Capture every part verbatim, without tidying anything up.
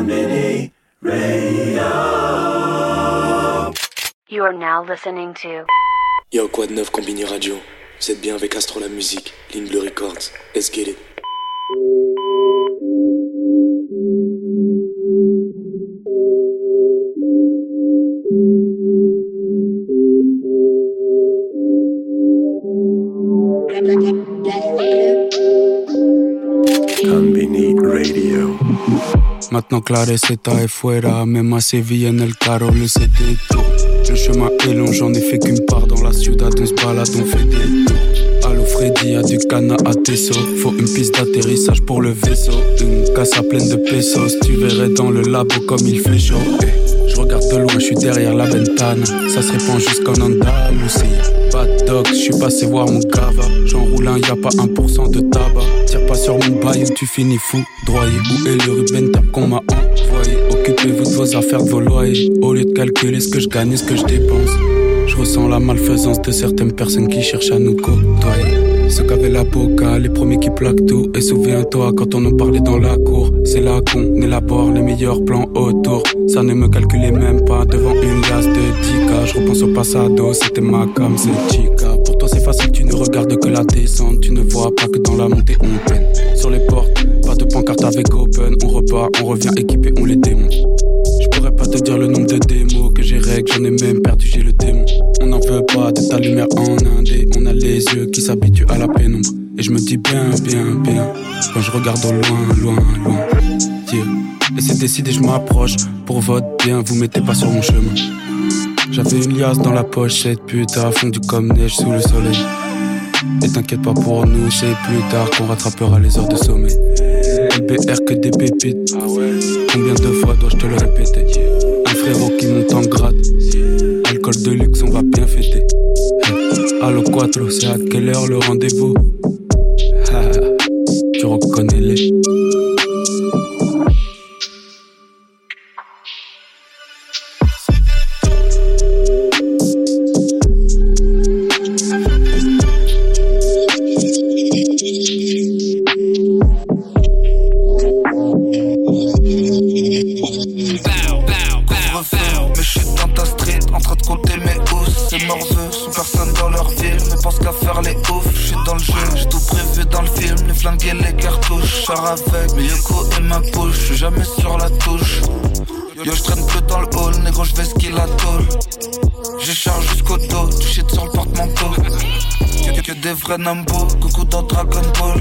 Combini Radio. You are now listening to Yo, quoi de neuf Combini Radio? Vous êtes bien avec Astro la musique, Ligne Bleu Records, let's get it. Combini Radio. Maintenant que la receta est fuera, même à Séville en el caro le C D tour. Le chemin est long, j'en ai fait qu'une part dans la ciudad, on se balade, on fait des tours. Allo Freddy, y'a du cana à Tesso. Faut une piste d'atterrissage pour le vaisseau. Une casa pleine de pesos, tu verrais dans le labo comme il fait chaud. Hey, je regarde de loin, je suis derrière la ventana. Ça se répand jusqu'en Andalousie. Bad dog, je suis passé voir mon cava. J'enroule un, y'a pas un pour cent de tabac. Tire pas sur mon bail ou tu finis fou. Droyé, où est le Ruben Tap qu'on m'a envoyé? Occupez-vous de vos affaires, de vos loyers. Au lieu de calculer ce que je gagne et ce que je dépense, je ressens la malfaisance de certaines personnes qui cherchent à nous côtoyer. Ceux qui avaient la boca, les premiers qui plaquent tout. Et souviens-toi quand on en parlait dans la cour. C'est là qu'on élabore les meilleurs plans autour. Ça ne me calculait même pas devant une glace de dix K. Je repense au passado, c'était ma cam, c'est chica. Pour toi c'est facile, tu ne regardes que la descente. Tu ne vois pas que dans la montée on peine. Sur les portes, pas de pancarte avec open. On repart, on revient équipé, on les démonte. Je pourrais pas te dire le nombre de démos que j'ai règle, j'en ai même perdu, j'ai le démon. On n'en veut pas de ta lumière en indé. On a les yeux qui s'habituent à la pénombre. Et je me dis bien, bien, bien quand je regarde au loin, loin, loin. Yeah. Et c'est décidé, je m'approche. Pour votre bien, vous mettez pas sur mon chemin. J'avais une liasse dans la poche, cette pute a fondu comme neige sous le soleil. Et t'inquiète pas pour nous, c'est plus tard qu'on rattrapera les heures de sommeil. L B R que des pépites. Ah ouais. Combien de fois dois-je te le répéter? Un frérot qui monte en grade. Alcool de luxe, on va bien fêter. Hey. Allo Quattro, c'est à quelle heure le rendez-vous? Ah, tu reconnais les. Avec mes yoko et ma poche, j'suis jamais sur la touche. Yo j'traîne plus dans le hall, négro j'vais ski la tôle. J'ai charge jusqu'au dos, du shit sur le porte-manteau. Que, que des vrais numbos, coucou dans Dragon Ball.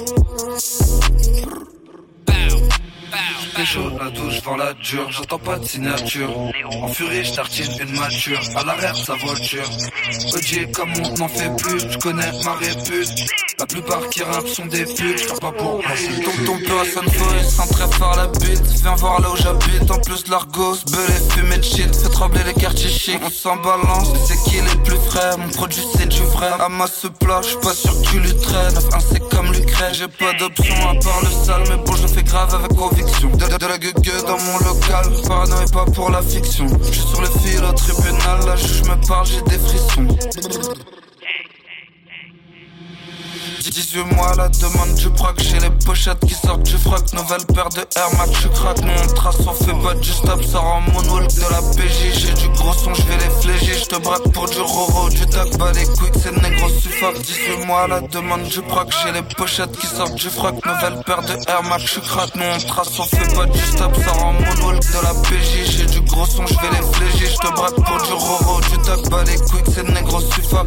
J'fais chaud la douche, vends la dure, j'entends pas de signature. En furie j'tartine une mature, à l'arrière sa voiture. O G comme on n'en fait plus, j'connais ma répute. La plupart qui rappent sont des putes, j'fais pas pour un Tombe ton peu à Sunfoy, sans très fort la bite. Viens voir là où j'habite, en plus de l'argos, belé, fumée de shit. Fait trembler les quartiers chics, on s'en balance. C'est qui les plus frais, mon produit c'est du vrai. À ma ce plat, j'suis pas sûr que tu lui traînes. Un c'est comme l'Ukraine, j'ai pas d'option à part le sale. Mais bon je le fais grave avec conviction. De, de, de la gueule dans mon local, parano et pas pour la fiction. J'suis sur le fil au tribunal, la juge me parle, j'ai des frissons. dix-huit mois à la demande du braque, j'ai les pochettes qui sortent du frac. Nouvelle paire de Air Max, je craque. Nous on trace, on fait pas du stop. Sors en moonwalk de la P J. J'ai du gros son, j'vais les fléger. J'te braque pour du roro, du tac. Bas les couilles, c'est négro suffoque. dix-huit mois à la demande du braque, j'ai les pochettes qui sortent du frac. Nouvelle paire de Air Max, je craque. Nous on trace, on fait pas du stop. Sors en moonwalk de la P J. J'ai du gros son, j'vais les fléger. J'te braque pour du roro, du tac. Bas les couilles, c'est négro suffoque.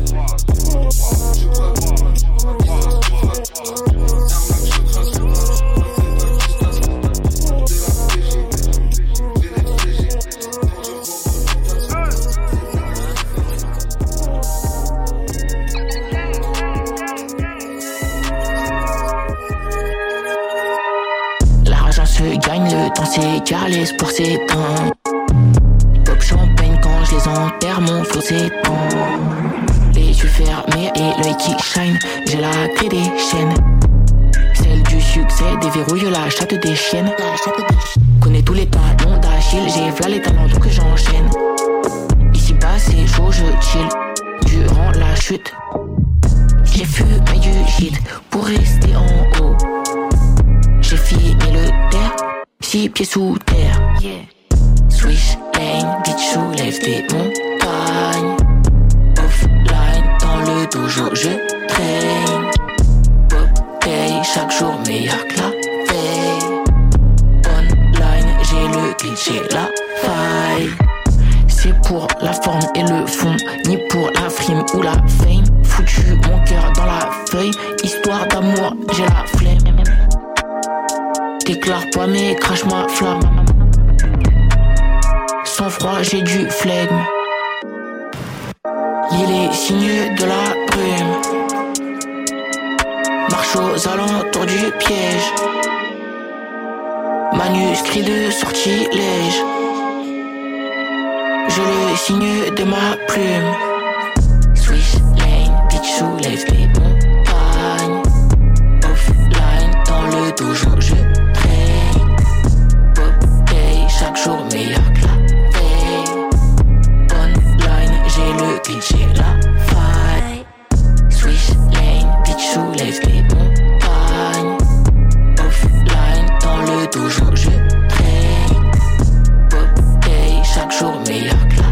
L'argent se gagne, le temps s'égare, l'espoir s'éteint. Pop champagne quand je les enterre, mon flow s'étend. Les yeux fermés et l'œil qui shine, j'ai la clé des chaînes. Celle du succès, déverrouille la chatte des chiennes. Connais tous les talons d'Achille, j'ai v'là les talents donc j'enchaîne. Ici bas c'est chaud, je chill durant la chute. J'ai fumé du shit pour rester en haut. J'ai filmé le terre, six pieds sous terre. Yeah. Swish lane, bitch soulève des montagnes. Offline, dans le dojo, je traîne. Pop paye, chaque jour meilleur que la veille. Online, j'ai le glitch et la faille. C'est pour la forme et le fond, ni pour la frime ou la fame. Foutu mon cœur dans la feuille, histoire d'amour, j'ai la flemme. Déclare pas mais crache ma flamme. Sans froid, j'ai du flegme. Lis les signes de la brume. Marche aux alentours du piège. Manuscrit de sortilège. Je le signe de ma plume. Swish lane, bitch soulève des montagnes. Offline, dans le dojo, je traîne. Pop day, chaque jour meilleur que la veille. Online, j'ai le glitch et la faille. Swish lane, bitch soulève des montagnes. Offline, dans le dojo, je traîne. Pop day, chaque jour meilleur.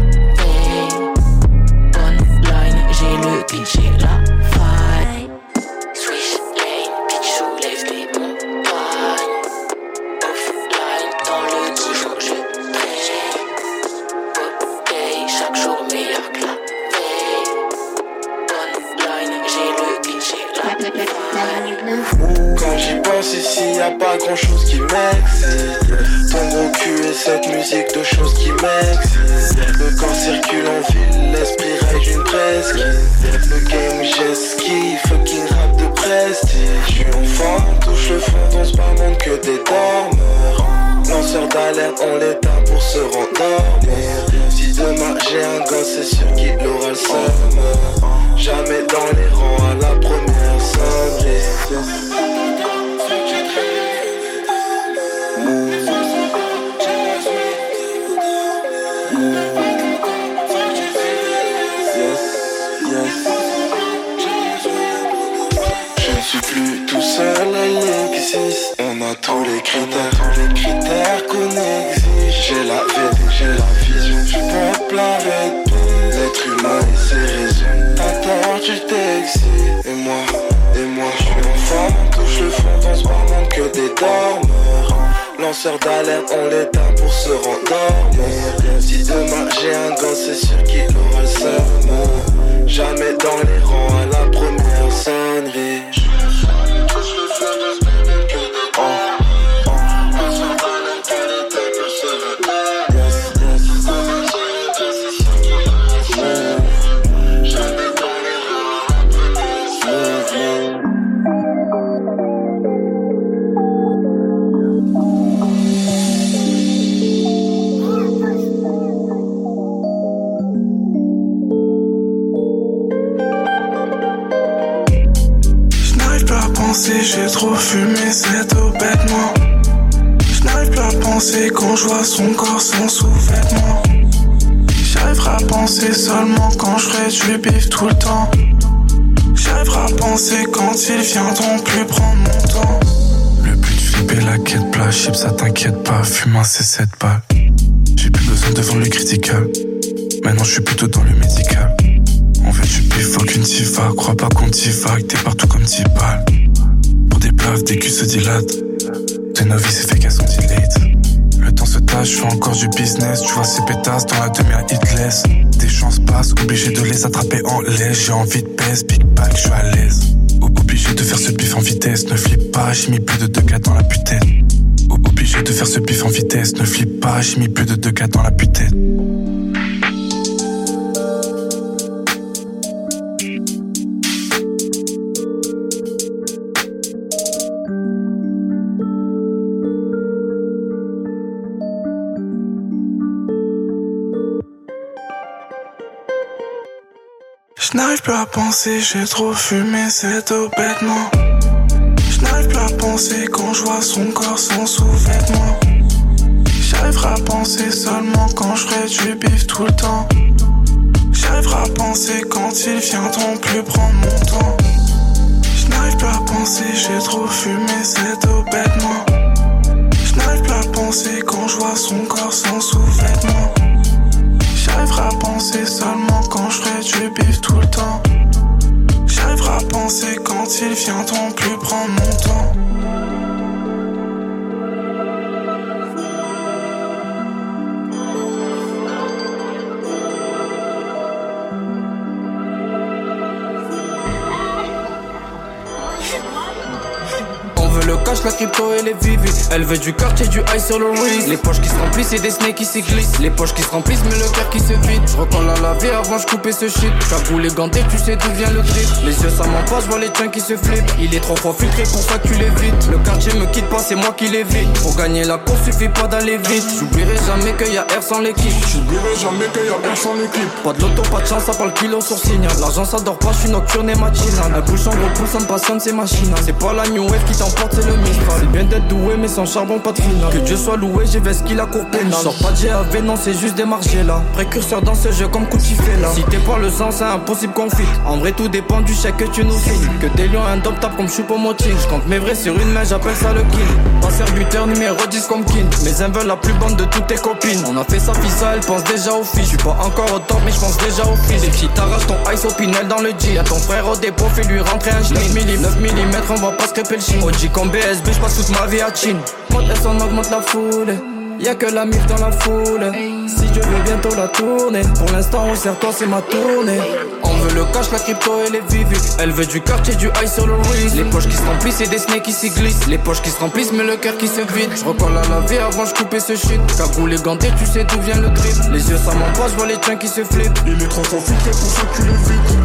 Glitch et la faille. Swish lane, bitch soulève des montagnes. Offline, dans le dojo, je traîne. Pop day, chaque jour meilleur que la veille. Online, j'ai le glitch et la faille. Quand j'y pense ici, y'a pas grand chose qui m'excite. Ton gros cul et cette musique de choses qui m'excitent. Le corps circule en ville, l'esprit rêve d'une presqu'île. Le game j'esquive, fucking rap de prestige. J'suis enfant, touche le fond, on se montre que des dormeurs. Lanceur d'alerte, on l'éteint pour se rendormir. Si demain j'ai un gosse, c'est sûr qu'il aura le seum. Jamais dans les rangs à la première sonnerie. On a tous les critères, tous les critères qu'on exige. J'ai la vérité, j'ai la vision du peuple arrête. L'être humain et ses raisons. Attends, tu t'excites. Et moi, et moi, je suis enfant. On touche le fond, on se montre que des dormeurs. Lanceur d'alerte, on l'éteint pour se rendormir. Si demain j'ai un gosse, c'est sûr qu'il aura le seum. Jamais dans les rangs à la première sonnerie. J'ai trop fumé, c'est tout bêtement. Je n'arrive plus à penser quand je vois son corps sans sous-vêtements. J'arriverai à penser seulement quand je ferai du bif tout le temps. J'arriverai à penser quand il viendront plus prendre mon temps. Le but de flipper la quête plat, chip ça t'inquiète pas, fume un C sept balles. J'ai plus besoin de vendre le critical, maintenant je suis plutôt dans le médical. En fait je bif, fuck une diva, crois pas qu'on divague, t'es partout comme dix balles. Des plaves, des culs se dilatent. Tes novices c'est fait qu'elles sont delete. Le temps se tâche, je fais encore du business. Tu vois ces pétasses dans la demi-heure hitless. Des chances passent, obligé de les attraper en laisse. J'ai envie de pèse, big pack, je suis à l'aise. Obligé de faire ce bif en vitesse. Ne flippe pas, j'ai mis plus de deux gars dans la putette. Obligé de faire ce bif en vitesse. Ne flippe pas, j'ai mis plus de deux gars dans la putette. Je n'arrive plus à penser, j'ai trop fumé, c'est tout bêtement. Je n'arrive plus à penser quand je vois son corps sans sous-vêtements. J'arriverai à penser seulement quand je ferai du bif tout le temps. J'arriverai à penser quand ils viendront plus prendre mon temps. Je n'arrive plus à penser, j'ai trop fumé, c'est tout bêtement. Je J'n'arrive plus à penser quand je vois son corps sans sous-vêtements. J'arriverai à penser seulement quand je ferai du bif tout le temps. J'arriverai à penser quand il viendront plus prendre mon temps. Le cash, la crypto et les vivi. Elle veut du quartier, du high sur le wrist. Les poches qui se remplissent et des snakes qui s'y glissent. Les poches qui se remplissent mais le cœur qui se vide. Je recolle à laver avant je coupais ce shit. Cagoule et ganté, tu sais d'où vient le drip. Les yeux ça m'en passe, je vois les tiens qui se flippent. Il est trop fort filtré pour ça que tu l'évites. Le quartier me quitte pas, c'est moi qui l'évite. Pour gagner la course, suffit pas d'aller vite. J'oublierai jamais qu'il y a R sans l'équipe. J'oublierai jamais qu'il y a R sans l'équipe. Pas de loto, pas de chance, ça parle kilo sur signal. L'argent ça dort pas, je suis nocturne et matinal. Un bouchon gros pouce, ça me passionne, c'est machinal. C'est pas la new wave qui t'emporte, c'est le Mistral. C'est bien d'être doué mais sans charbon pas de final. Que Dieu soit loué, j'ai vesti la cour pénale. Sors pas de G A V, non c'est juste des marchés là. Précurseur dans ce jeu comme Coutifé là. Si t'es pas le sang c'est impossible qu'on fit. En vrai tout dépend du chèque que tu nous signes. Que des lions indomptables comme Choupo-Moting. J'compte mes vrais sur une main, j'appelle ça le kill. Passeur buteur numéro dix comme King. Mes uns veulent la plus bonne de toutes tes copines. On a fait ça fissa, elle pense déjà au fils. J'suis pas encore au top mais j'pense déjà au fils. Et si t'arraches ton ice au Pinel dans le jean. Y'a ton frère au dépôt, fais lui rentrer un schneid. neuf millimètres, on va pas scraper le chine. O G comme B S B, j'passe toute ma vie à Chine. Monte S, on augmente la foule. Y'a que la mif dans la foule. Si Dieu veut bientôt la tourner. Pour l'instant on sert toi c'est ma tournée. On veut le cash, la crypto et les vivi. Elle veut du quartier, du high sur le wrist. Les poches qui se remplissent et des snakes qui s'y glissent. Les poches qui se remplissent mais le cœur qui se vide. Je recolle à laver avant je coupais ce shit. Cagoule et ganté, tu sais d'où vient le drip. Les yeux ça m'en passe, je vois les tiens qui se flippent. Il est trop fort filtré pour ça que tu l'évites.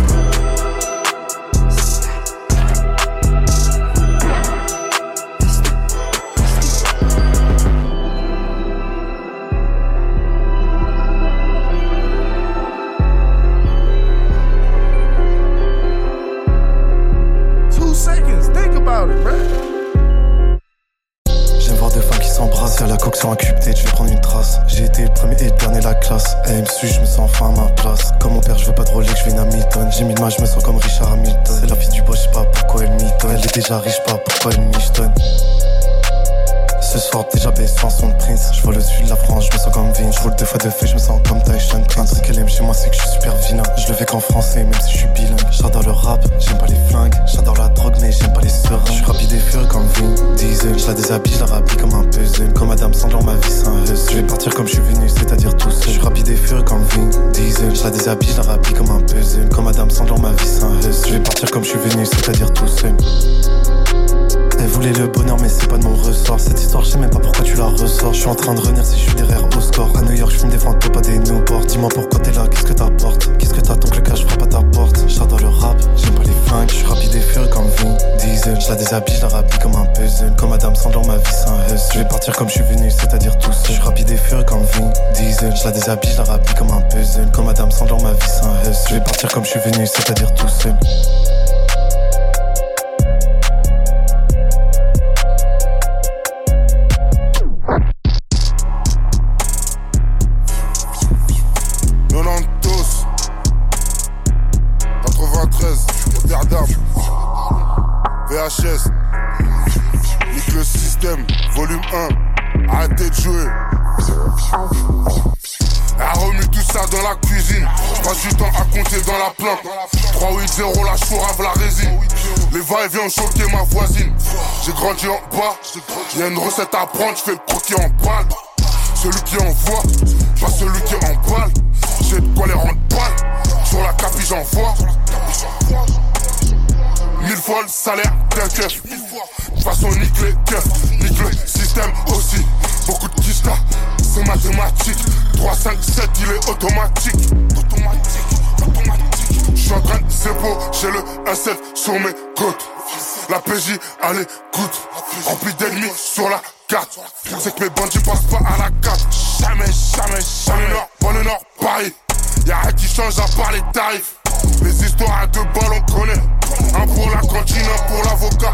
J'aime voir deux femmes qui s'embrassent, faire la coque sur un cube date, je vais prendre une trace. J'ai été le premier et le dernier de la classe. Elle me suit, je me sens enfin à ma place. Comme mon père, je veux pas de Rolex, je vais une Hamilton. J'ai mis le match, je me sens comme Richard Hamilton. C'est la fille du boss, je sais pas pourquoi elle mitonne. Elle est déjà riche, pas pourquoi elle michetonne. Ce soir déjà baissé en son de Prince. Je vois le sud de la France, je me sens comme Vince. Je roule deux fois de fait, je me sens comme Tyson Prince. Un truc qu'elle aime chez moi c'est que je suis super vilain. Je le fais qu'en français même si je suis bilingue. J'adore le rap, j'aime pas les flingues. J'adore la drogue mais j'aime pas les seringues. Je suis rapide et furieux comme Vin Diesel. Je la déshabille, je la rhabille comme un puzzle. Comme Adam Sandler, ma vie c'est un hustle. Je vais partir comme je suis venu, c'est-à-dire tout seul. Je suis rapide et furieux comme Vin Diesel. Je la déshabille, je la rhabille comme un puzzle. Comme Adam Sandler, ma vie c'est un hustle. Je vais partir comme je suis venu, c'est-à-dire tout seul. Elle voulait le bonheur mais c'est pas de mon ressort. Cette histoire je sais même pas pourquoi tu la ressors. Je suis en train de revenir si je suis derrière au score. À New York je fume des fantômes pas des Newport. Dis-moi pourquoi t'es là, qu'est-ce que t'apportes. Qu'est-ce que t'attends que le cash frappe à ta porte. J'adore le rap, j'aime pas les flingues. Je suis rapide et furieux comme Vin Diesel. Je la déshabille, je la rhabille comme un puzzle. Comme Adam Sandler, ma vie c'est un hustle. Je vais partir comme je suis venu, c'est-à-dire tout seul. Je suis rapide et furieux comme Vin Diesel. Je la déshabille, je la rhabille comme un puzzle. Comme Adam Sandler, ma vie c'est un hustle. Je vais partir comme je suis venu, c'est-à-dire tout seul. V H S, nique le système, volume un, arrêtez de jouer. Elle remue tout ça dans la cuisine, passe du temps à compter dans la plaque. trois huit zéro, la chourave, la résine. Les va-et-vient ont choqué ma voisine. J'ai grandi en bas, y'a une recette à prendre, j'fais le croquis en balle. Celui qui envoie, pas celui qui emballe. J'ai de quoi les rendre pâles, sur la capi j'envoie. Mille fois le salaire d'un keuf. De façon nique les keufs, nique le système aussi. Beaucoup de kista, c'est mathématique. trois, cinq, sept, il est automatique. Automatique, automatique. J'suis en train de zéro, j'ai le un sept sur mes côtes. La P J à l'écoute, rempli d'ennemis sur la carte. C'est que mes bandits passent pas à la carte. Jamais, jamais, jamais. Nord, bonne Nord, Paris. Y'a rien qui change à part les tarifs. Les histoires à deux balles on connaît. Un pour la cantine, un pour l'avocat.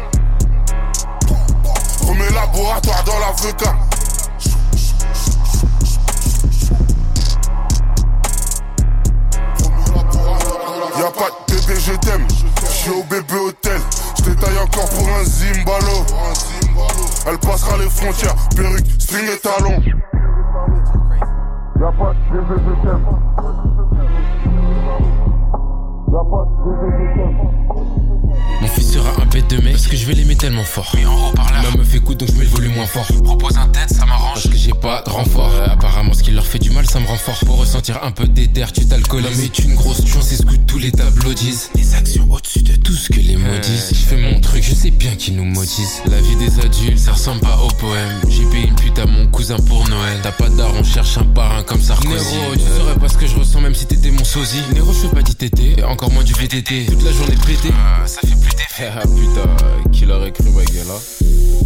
Premier laboratoire dans l'avocat. Y'a pas de bébé je t'aime. J'suis au bébé hôtel. J'te taille encore pour un Zimbalo. Elle passera les frontières Y'a pas de G V V T. Y'a pas de G V V T. Mon fils sera un bête de mec parce que je vais l'aimer tellement fort. Oui, en haut-parleur. Ma meuf écoute donc je mets le volume moins fort. Propose un tête, ça m'arrange. Parce que j'ai pas de renfort. Euh, apparemment, ce qui leur fait du mal, ça me rend fort. Pour ressentir un peu d'éther, tu t'alcoolises. Mais tu une grosse chance, c'est ce que tous les tableaux disent. Les actions au-dessus de tout ce que les mots disent. Je fais mon truc, je sais bien qu'ils nous maudissent. La vie des adultes, ça ressemble pas au poème. J'ai payé une pute à mon cousin pour Noël. T'as pas d'art, on cherche un parrain comme Sarkozy. Néro, tu saurais pas ce que je ressens même si t'étais mon sosie. Néro, je fais pas d'I T T, encore moins du V T T. Toute la journée pété. Euh, ça fait plus d'effet. Ah putain, qui l'aurait cru ma gueule hein.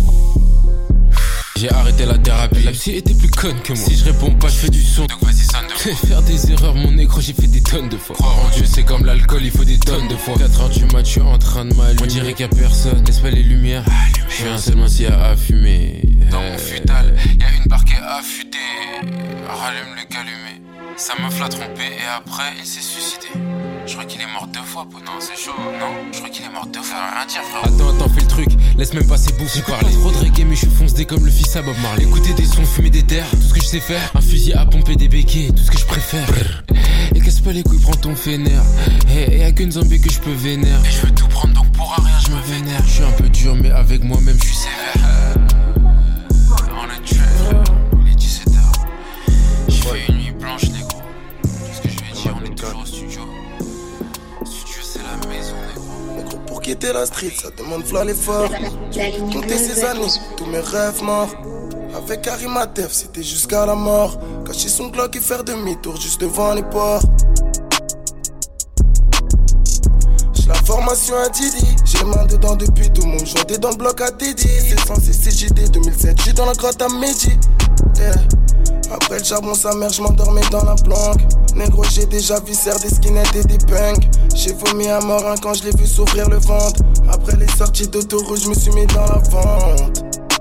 J'ai arrêté la thérapie, la psy était plus conne que moi. Si je réponds pas, je fais du son. Donc vas-y, sonne de fois. Faire des erreurs, mon négro, j'ai fait des tonnes de fois. Croire en Dieu, c'est comme l'alcool, il faut des tonnes de fois. quatre heures du mat, tu es en train de m'allumer. On dirait qu'il y a personne, laisse pas les lumières. Je suis un seul si à fumer. Dans mon futal, y'a une barquette affûtée. Rallume le calumet. Sa meuf l'a trompé et après il s'est suicidé. Je crois qu'il est mort deux fois, pote. Non, c'est chaud, non? Je crois qu'il est mort deux fois, rien dire, frère. Attends, attends, fais le truc, laisse même pas ses bouffes parler. Trop de reggae, mais je suis foncé comme le fils à Bob Marley. Écouter des sons, fumer des terres, tout ce que je sais faire. Un fusil à pomper des béquets, tout ce que je préfère. Et casse pas les couilles, prends ton fainéant. Et y'a qu'une zombie que je peux vénère. Et je veux tout prendre, donc pour rien, je me vénère. Je suis un peu dur, mais avec moi-même, je suis sévère. On est tué, frère. Il est dix-sept heures. Je fais une nuit blanche, les gros. Qu'est-ce que je vais dire? On est toujours au studio. Studio, c'est la maison, négro. Négro, pour quitter la street, ça demande v'là l'effort. Compter ces années, tous mes rêves morts. Avec Karim Atef, c'était jusqu'à la mort. Cacher son Glock et faire demi-tour juste devant les ports. J'ai la formation à Didi, j'ai les mains dedans depuis tout mon jour. T'es dans le bloc à Didi, c'est censé C J D deux mille sept, j'suis dans la grotte à midi. Yeah. Après le charbon, sa mère, j'm'endormais dans la planque. Négro, j'ai déjà vu serre des skinheads et des punks. J'ai vomi à mort hein, quand je l'ai vu s'ouvrir le ventre. Après les sorties d'autoroute, je me suis mis dans la vente.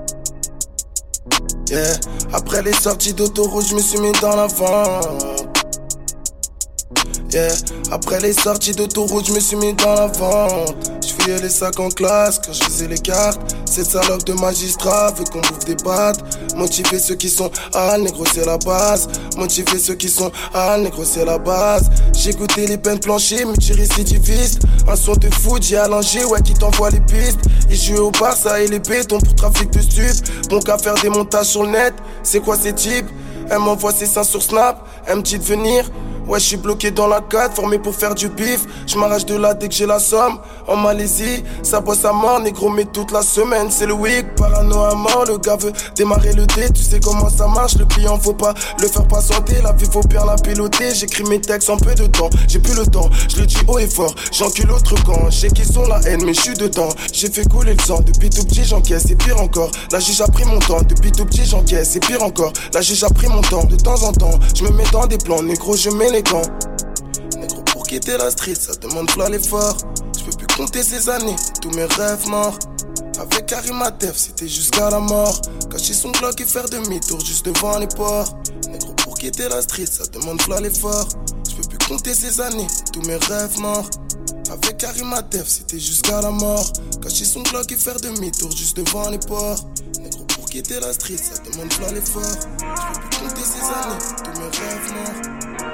Yeah. Après les sorties d'autoroute, je me suis mis dans la vente. Yeah. Après les sorties d'autoroute, je me suis mis dans la vente. Je fouillais les sacs en classe quand je faisais les cartes. Cette salope de magistrat veut qu'on bouffe des battes. Motiver ceux qui sont ah négro c'est la base. Motiver ceux qui sont ah négro c'est la base. J'ai goûté les peines planchées, multirécidiviste. Un son de foot, j'ai allongé, ouais qui t'envoie les pistes. Il joue au Barça et les bétons pour trafic de stupes. Bon qu'à faire des montages sur le net, c'est quoi ces types? Elle m'envoie ses seins sur Snap, elle me dit de venir. Ouais, je suis bloqué dans la cade, formé pour faire du bif. Je m'arrache de là dès que j'ai la somme. En Malaisie, ça bosse à mort, négro, mais toute la semaine, c'est le week. Parano à mort, le gars veut démarrer le dé. Tu sais comment ça marche, le client faut pas le faire patienter. La vie faut bien la piloter. J'écris mes textes en peu de temps, j'ai plus le temps. Je le dis haut et fort, j'encule l'autre camp. Je sais qu'ils ont la haine, mais je suis dedans. J'ai fait couler le sang, depuis tout petit j'encaisse, c'est pire encore. La juge a pris mon temps, depuis tout petit j'encaisse, c'est pire encore. La juge a pris mon temps, de temps en temps. Je me mets dans des plans, négro, je mets les gants. Négro, pour quitter la street, ça demande v'là l'effort. Je peux plus compter ces années, tous mes rêves morts. Avec Karim Atef, c'était jusqu'à la mort. Cacher son Glock et faire demi-tour juste devant les ports. Négro, pour quitter la street, ça demande v'là l'effort. Je peux plus compter ces années, tous mes rêves morts. Avec Karim Atef, c'était jusqu'à la mort. Cacher son Glock et faire demi-tour juste devant les ports. Négro, pour quitter la street, ça demande v'là l'effort. Je peux plus compter ces années, tous mes rêves morts.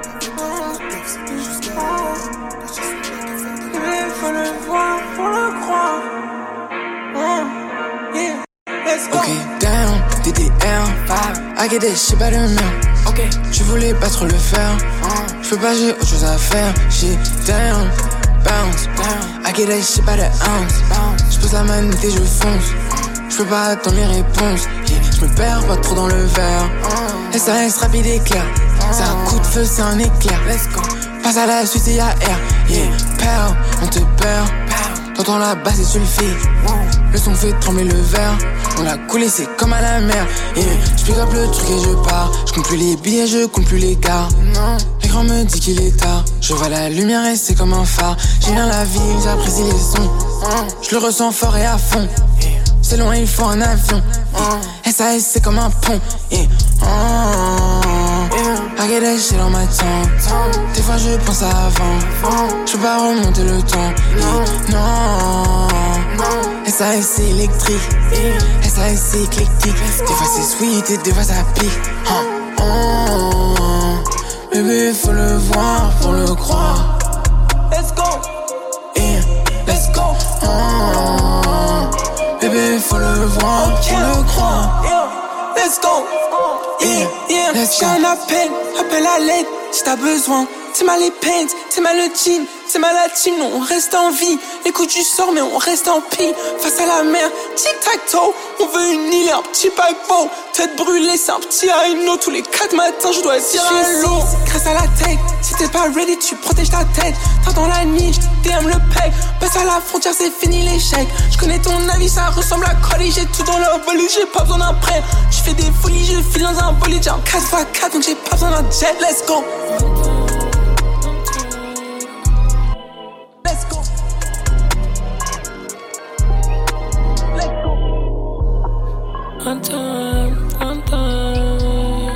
Mais faut le voir, faut le croire. Mm. Yeah. Let's go. Okay, down, D D R, I get that shit by the mail. Ok, tu voulais pas trop le faire. Mm. J'peux pas, j'ai autre chose à faire. J'ai down, bounce, down. I get that shit by the ounce. J'pose la manette et je fonce. J'peux pas attendre mes réponses. Yeah. J'me perds pas trop dans le verre. Mm. S A S rapide et clair. C'est un coup de feu, c'est un éclair. Let's go. Passe à la suite et y'a air. Yeah, pow, on te perd. T'entends la basse et tu le fais. Le son fait trembler le verre. On l'a coulé, c'est comme à la mer. Yeah, j'pick up le truc et je pars. J'compte plus les billets, je compte plus les gars. L'écran me dit qu'il est tard. Je vois la lumière et c'est comme un phare. J'ai dans la ville, j'apprécie les sons. Je le ressens fort et à fond. C'est loin, il faut un avion. S A S c'est comme un pont. Yeah. I get that shit dans ma tente. Des fois je pense avant. Je peux pas remonter le temps. Yeah. Non. S A S c'est électrique. S A S c'est éclectique. Des fois c'est sweet et des fois ça pique. Bébé, faut le voir pour le croire. Let's go. Yeah, let's go. Oh, bébé, faut le voir okay. pour le croire. Yeah. Let's go. Yeah, yeah. let's go. J'ai un appel, appel à l'aide si t'as besoin. T'es mal les pants, t'es mal le jean, t'es mal la team, nous on reste en vie. Les coups du sort, mais on reste en pile. Face à la mer, tic-tac-toe. On veut une île et un petit paquebot. Tête brûlée, c'est un petit haïno. Tous les quatre matins, je dois dire un lot. Grâce à la tech, si t'es pas ready, tu protèges ta tête. Tard dans la nuit, je D M le peg. Passe à la frontière, c'est fini l'échec. Je connais ton avis, ça ressemble à colis. J'ai tout dans la valise, j'ai pas besoin d'un prêt. Je fais des folies, je file dans un bolide. J'ai un quatre par quatre, donc j'ai pas besoin d'un jet. Let's go. One time, one time.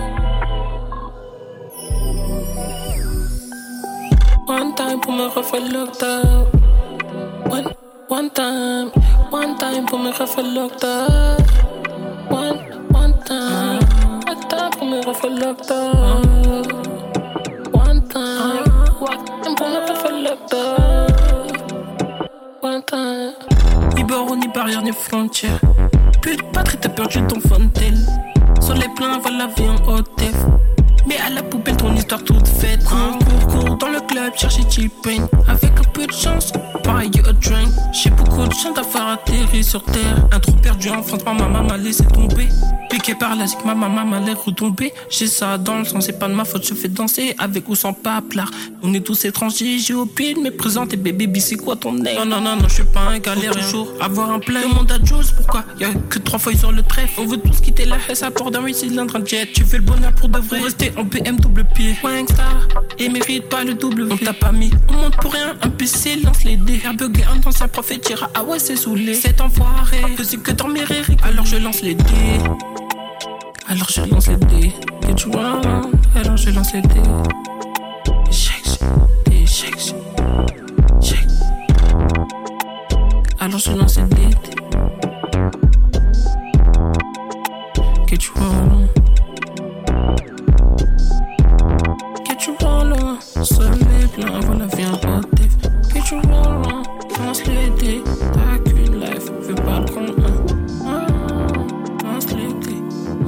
One time pour me refaire lockdown. One, one time, one time pour me refaire lockdown. One, one time, one time pour me refaire lockdown. One time, one time pour me refaire lockdown. One time. Ni barreau, ni barrière, ni frontière. Plus de patrie, t'as perdu ton fontel. Sur les plans, voilà la vie en haute def. Mais à la poubelle, ton histoire toute faite. Cours, cours, cours dans le club, chercher T-Pain. Avec un peu de chance, pareil a drink. J'ai beaucoup de chance d'avoir atterri sur terre. Un trou perdu en France, ma maman m'a laissé tomber. Piqué par la zik, ma maman m'a l'air retombée. J'ai ça dans le sang, c'est pas de ma faute, je fais danser avec ou sans paplard. On est tous étrangers, j'ai au pied de me présenter. Bébé, B, c'est quoi ton nez? Non, non, non, non, je suis pas un galère. Toujours avoir un plein. Demande à Jules pourquoi y'a que trois feuilles sur le trèfle. On veut tous quitter la haie, à bord d'un huit cylindres, un jet. Tu fais le bonheur pour de vrai. Rester en B M double pied. Wangstar, et mérite pas le double. On t'a pas mis, on monte pour rien. Un P C lance les dés. Faire bugger un ancien prophète dira ah ouais, c'est saoulé. Cet enfoiré faisait que dormir et rire. Alors je lance les dés. Alors je lance les dés. Et tu vois, alors je lance les dés. Échec, échec, échec. Alors je lance les dés. Que tu vois, que tu vois loin, seul les blancs, voilà viens au def. Que tu vois loin, lance les dés. T'as qu'une life, fais pas le con. Lance les dés.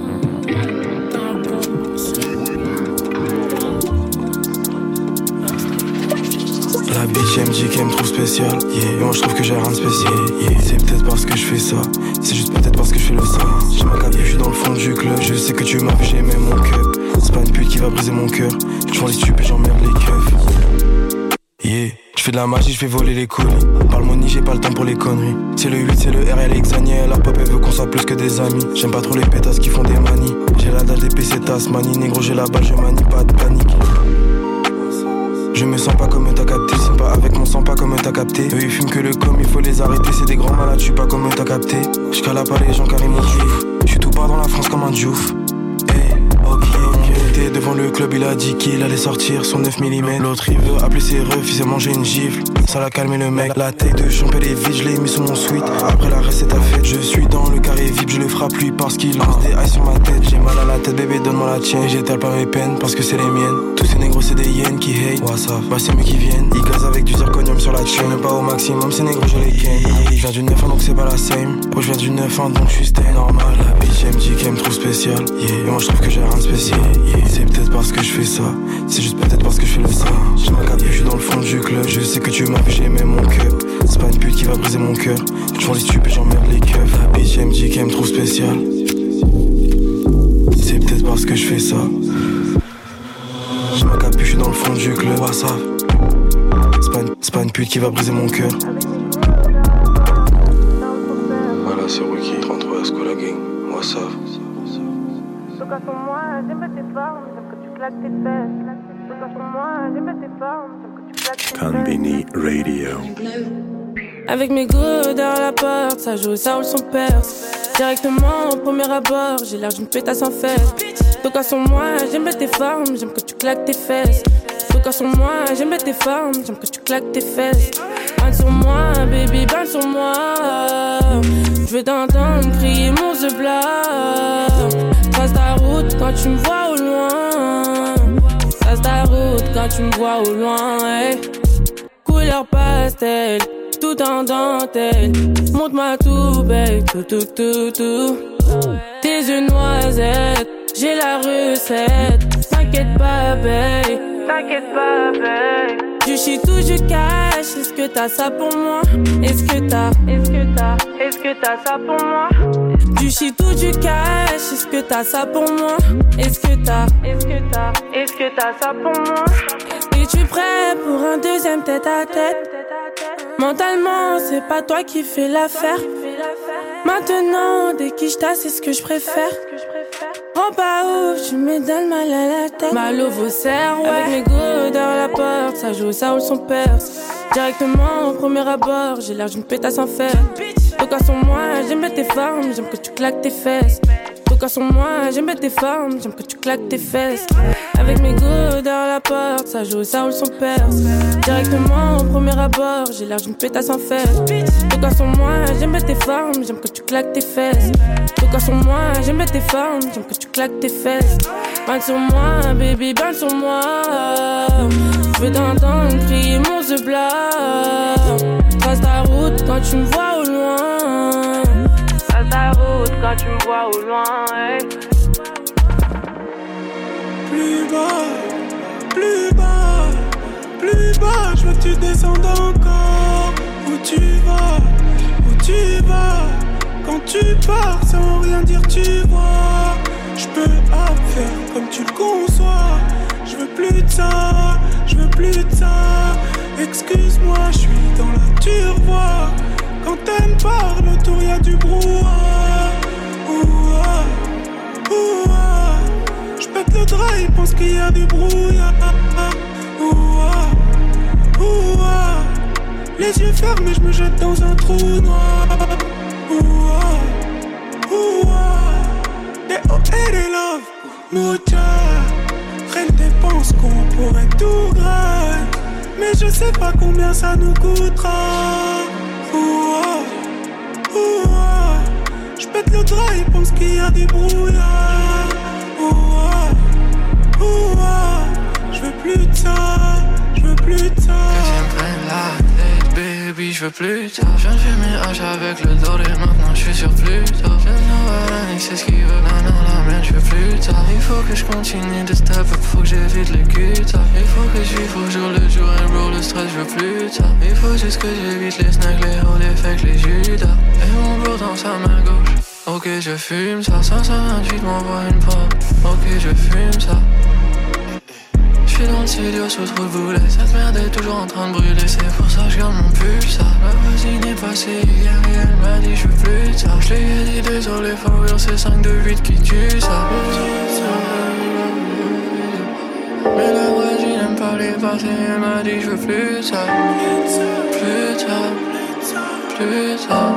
La bitch elle me dit qu'elle me trouve spécial, yeah. Et moi je trouve que j'ai rien de spécial, yeah. C'est peut-être parce que je fais ça, c'est juste peut-être parce que je fais le ça. J'ai ma cape, je suis dans le fond du club. Je sais que tu m'as vu, j'ai aimé mon cup. C'est pas une pute qui va briser mon cœur. Je prends les stupes et j'emmerde les keufs, yeah. Je fais de la magie, je fais voler les colis. Parle money, j'ai pas le temps pour les conneries. C'est le huit, c'est le R, elle est exagnée. La pop, elle veut qu'on soit plus que des amis. J'aime pas trop les pétasses qui font des manies. J'ai la dalle des P C Tasmanie. Négro, j'ai la balle, je manie, pas de panique. Je me sens pas comme t'as capté, c'est pas avec mon sang pas comme t'as capté. Eux ils fument que le com, il faut les arrêter, c'est des grands malades, je suis pas comme t'as capté. J'cala pas les gens car ils m'ont djouf. J'suis tout part dans la France comme un djouf. Hey, ok, ok. Il était devant le club, il a dit qu'il allait sortir son neuf millimètres. L'autre il veut appeler ses refs, il s'est mangé une gifle. Ça l'a calmé le mec, la tête de champ elle est vide, je l'ai mis sous mon suite. Après la recette à fête, je suis dans le carré V I P, je le frappe lui parce qu'il lance des eyes sur ma tête. J'ai mal à la tête, bébé donne-moi la tienne. J'étale pas mes peines parce que c'est les miennes. Tous ces négros c'est des hyènes qui hate. Ouais ça, bah c'est mieux qui viennent. Ils gazent avec du zirconium sur la chaîne. Pas au maximum, ces négros je les ken. Je viens du neuf un donc c'est pas la same. Moi je viens du neuf un donc je suis stay normal. La bitch elle me dit qu'elle me trouve spécial, yeah. Et moi je trouve que j'ai rien de spécial, yeah. C'est peut-être parce que je fais ça, c'est juste peut-être parce que je fais le ça. J'ai ma cape, je suis dans le fond du club. Je sais que tu m'as vu, j'ai aimé mon cup. C'est pas une pute qui va briser mon cœur. Je prends les stupes et j'emmerde les keufs. La bitch elle me dit qu'elle me trouve spécial. C'est peut-être parce que je fais ça. J'ai ma cape, je suis dans le fond du club. Ah, ça. C'est pas, une, c'est pas une pute qui va briser mon cœur. Voilà, c'est Ruki, trente-trois, Escola Gang. Moi, ça. Donc à son moi, j'aime pas tes formes, j'aime que tu claques tes fesses. Donc à son moi, j'aime pas tes formes, j'aime que tu claques tes fesses. Konbini Radio. Avec mes goûts derrière la porte, ça joue, ça roule son perse. Directement au premier abord, j'ai l'air d'une pétasse en fait. Donc à son moi, j'aime bien tes formes, j'aime que tu claques tes fesses. Donc à son moi, j'aime bien tes formes, j'aime que tu claques tes fesses. Bande sur moi, baby, bande sur moi. Je veux t'entendre crier mon The Block. Trace ta route quand tu me vois au loin. Trace ta route quand tu me vois au loin, hey. Couleur pastel, tout en dentelle. Montre-moi tout, babe, tout, tout, tout, tout. Tes yeux noisettes, j'ai la recette. T'inquiète pas, babe, t'inquiète pas, babe. Du shit ou du cash, est-ce que t'as ça pour moi? Est-ce que t'as, est-ce que t'as, est-ce que t'as ça pour moi? Du shit ou du cash, est-ce que t'as ça pour moi? Est-ce que t'as, est-ce que t'as, est-ce que t'as ça pour moi? Es-tu prêt pour un deuxième tête à tête? Mentalement, c'est pas toi qui fais l'affaire. Maintenant, dès que je tasse, c'est ce que je préfère. Rends pas ouf, tu me donnes mal à la tête. Mal au vos cerfs, ouais. Avec mes go derrière la porte, ça joue, ça roule son perce. Directement au premier abord, j'ai l'air d'une pétasse en fer. Toca sur moi, j'aime bien tes formes, j'aime que tu claques tes fesses. Toca sur moi, j'aime bien tes formes, j'aime que tu claques tes fesses. Avec mes go derrière la porte, ça joue, ça roule son perce. Directement au premier abord, j'ai l'air d'une pétasse en fer. Toca sur moi, j'aime bien tes formes, j'aime que tu claques tes fesses. Toca sur moi, j'aime bien tes formes, j'aime que tu claques tes fesses. Balle sur moi, baby, balle sur moi. Je veux t'entendre crier mon The Block. Trace ta route quand tu me vois au loin. Trace ta route quand tu me vois au loin, hey. Plus bas, plus bas, plus bas, je veux que tu descendes encore. Où tu vas, où tu vas? Quand tu pars sans rien dire tu vois. Je peux faire comme tu le conçois. Je veux plus de ça, je veux plus de ça. Excuse-moi, je suis dans la turvoie. Quand elle me parle, autour y'a du brouhaha. Ouah, ouah. J'pète le drap, il pense qu'il y a du brouillard. Ouah, ouah. Les yeux fermés, je me jette dans un trou noir. Ouah, ouah. Des hauts et des love, mucha. Rien dépense qu'on pourrait tout gratter. Mais je sais pas combien ça nous coûtera. Ouah, ouah. J'pète le drap, il pense qu'il y a du brouillard. Ouah, ouah. J'veux plus de ça, j'veux plus de ça. Que tu me prennes la tête, baby, j'veux plus de ça. J'viens de fumer H avec le doré, maintenant j'suis sur Pluto. J'aime la c'est ce qu'il veut, maintenant la mienne, j'veux plus de ça. Il faut que je continue de step up, faut que j'évite les culs. Il faut que je vive au jour le jour, un bro, le stress, j'veux plus de ça. Il faut juste que j'évite les snacks, les hauts, les fakes, les judas. Et mon bro dans sa main gauche. Ok, je fume ça, cinq cent vingt-huit m'envoie une pomme. Ok, je fume ça. J'suis dans le studio sous trop de boulet. Cette merde est toujours en train de brûler. C'est pour ça que je garde mon pulsar. Ma voisine est passée hier et elle m'a dit j'veux plus de ça. J'lui ai dit désolé for real, c'est cinq deux huit qui tue ça. Mais la voisine aime parler passer. Elle m'a dit j'veux plus de ça. Plus de ça, plus de ça.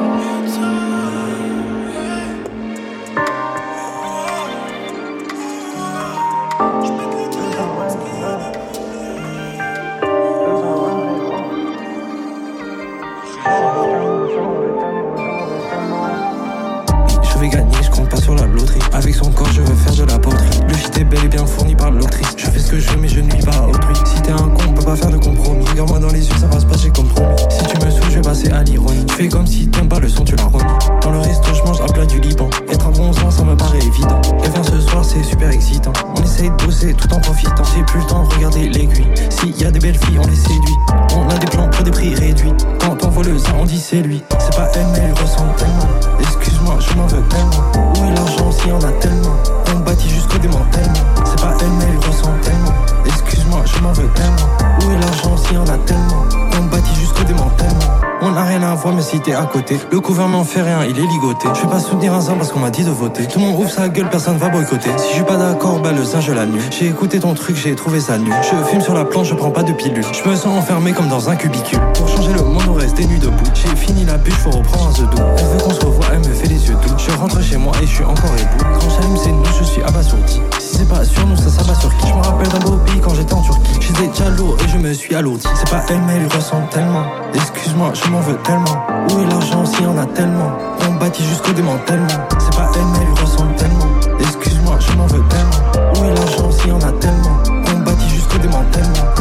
Avec son corps je veux faire de la poterie. Le shit est bel et bien fourni par l'autrice. Je fais ce que je veux mais je nuis pas à autrui. Si t'es un con on peut pas faire de compromis. Regarde-moi dans les yeux ça va se passer comme promis. Si tu me saoules je vais passer à l'ironie. Fais comme si t'aimes pas le son tu la renies. Dans le resto je mange un plat du Liban. Être à bronzant ça me paraît évident. Et faire ce soir c'est super excitant. On essaye de bosser tout en profitant. J'ai plus le temps de regarder l'aiguille. S'il y a des belles filles on les séduit. On a des plans pour des prix réduits. Quand on voit le ça on dit c'est lui. C'est pas elle mais elle ressent tellement. Excuse-moi je m'en veux tellement. Où est l'argent s'il y en a tellement? On bâtit jusqu'au démantèlement. C'est pas elle mais elle ressent tellement. Excuse-moi je m'en veux tellement. Où est l'argent s'il y en a tellement? On bâtit jusqu'au démantèlement. On n'a rien à voir mais si t'es à côté. Le gouvernement fait rien, il est ligoté. Je vais pas soutenir un zin parce qu'on m'a dit de voter. Tout le monde ouvre sa gueule, personne va boycotter. Si je suis pas d'accord, bah le zin je l'annule. J'ai écouté ton truc, j'ai trouvé ça nul. Je fume sur la planche, je prends pas de pilule. Je me sens enfermé comme dans un cubicule. Pour changer le monde on reste nu debout. J'ai fini la bûche, faut reprendre un zedou. Elle veut qu'on se revoie, elle me fait les yeux doux. Je rentre chez moi et je suis encore ébout. Quand j'allume c'est nous, je suis abasourdi. Si c'est pas sur nous, ça ça va sur qui? Je me rappelle d'un beau pays quand j'étais en Turquie. J'étais déjà lourd et je me suis alourdi. C'est pas elle mais elle ressent tellement. Excuse-moi, je m'en veux tellement. Où est l'argent s'il y en a tellement? On bâtit jusqu'au démantèlement. C'est pas elle mais elle ressent tellement. Excuse-moi, je m'en veux tellement. Où est l'argent s'il y en a tellement? On bâtit jusqu'au démantèlement.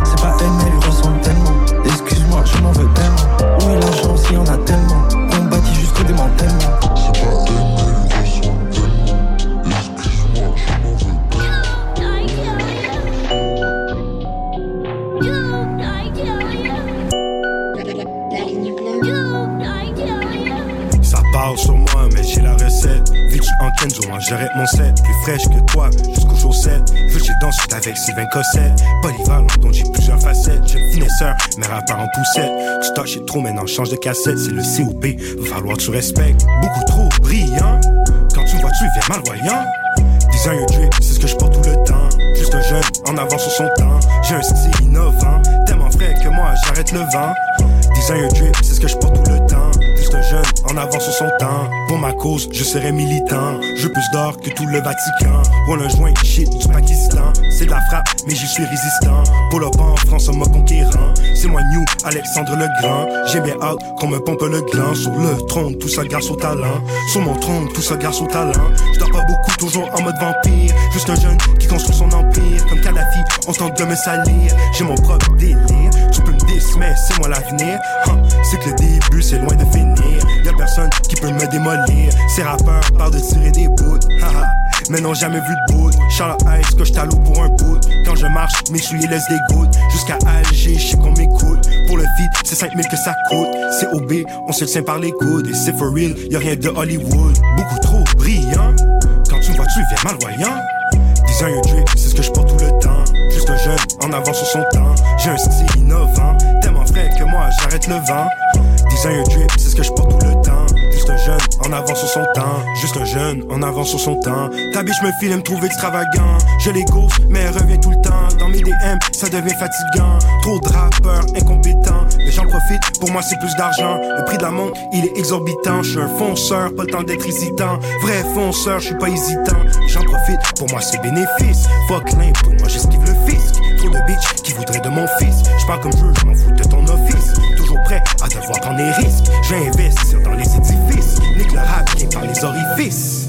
en Kenzo, mangerais mon set. Plus fraîche que toi, jusqu'aux chaussettes. Vu que j'ai dansé avec Sylvain Cossette. Polyvalent, dont j'ai plusieurs facettes. J'ai le finesseur, mais rappeur en poussette. Tu stock chez trop, maintenant change de cassette. C'est le C O B, va falloir que tu respectes. Beaucoup trop brillant. Quand tu me vois, tu es malvoyant. Design drip, c'est ce que je porte tout le temps. Juste un jeune, en avance sur son temps. J'ai un style innovant, tellement frais que moi j'arrête le vent. Design drip, c'est ce que je porte tout le temps. Juste un jeune, en avance sur son temps. Pour ma cause, je serai militant. Je plus d'or que tout le Vatican. Roll un joint, shit du Pakistan. C'est de la frappe, mais j'y suis résistant. Pull up en France, en mode conquérant. C'est moi New, Alexandre le Grand. J'ai bien hâte qu'on me pompe le gland. Sur le trône, tout ça grâce au talent. Sur mon trône, tout ça grâce au talent. Je dors pas beaucoup, toujours en mode vampire. Juste un jeune qui construit son empire. Comme Kadhafi, on tente de me salir. J'ai mon propre délire. Tu peux me dire, mais c'est moi l'avenir. Huh, c'est que le début, c'est loin de finir. Y'a personne qui peut me démolir. Ces rappeurs parlent de tirer des bouts. Haha, mais n'ont jamais vu de bout. Charlotte Ice, que je t'alloue pour un bout. Quand je marche, mes souliers laissent des gouttes. Jusqu'à Alger, je sais qu'on m'écoute. Pour le feat, c'est cinq mille que ça coûte. C'est O B, on se le tient par les coudes. Et c'est for real, y'a rien de Hollywood. Beaucoup trop brillant. Quand tu me vois, tu viens malvoyant. Design un drip, c'est ce que je porte tout le temps. Juste un jeune, en avance sur son temps. J'ai un style innovant, tellement frais que moi j'arrête le vent. Design un drip, c'est ce que je porte tout le temps. Juste un jeune, en avance sur son temps. Juste un jeune, en avance sur son temps. Ta biche me file, elle me trouve extravagant. Je les ghost, mais elle revient tout le temps. Dans mes D M, ça devient fatigant. Trop de rappeurs incompétents, mais j'en profite, pour moi c'est plus d'argent. Le prix de la montre, il est exorbitant. Je suis un fonceur, pas le temps d'être hésitant. Vrai fonceur, je suis pas hésitant. J'en profite, pour moi c'est bénéfice. Fuck l'impôt, moi j'esquive le fisc. Trop de bitch qui voudraient de mon fils. J'parle comme je veux, je m'en fous de ton office. Toujours prêt à devoir prendre des risques. Je vais investir dans les édifices. Nique le rap qui par les orifices.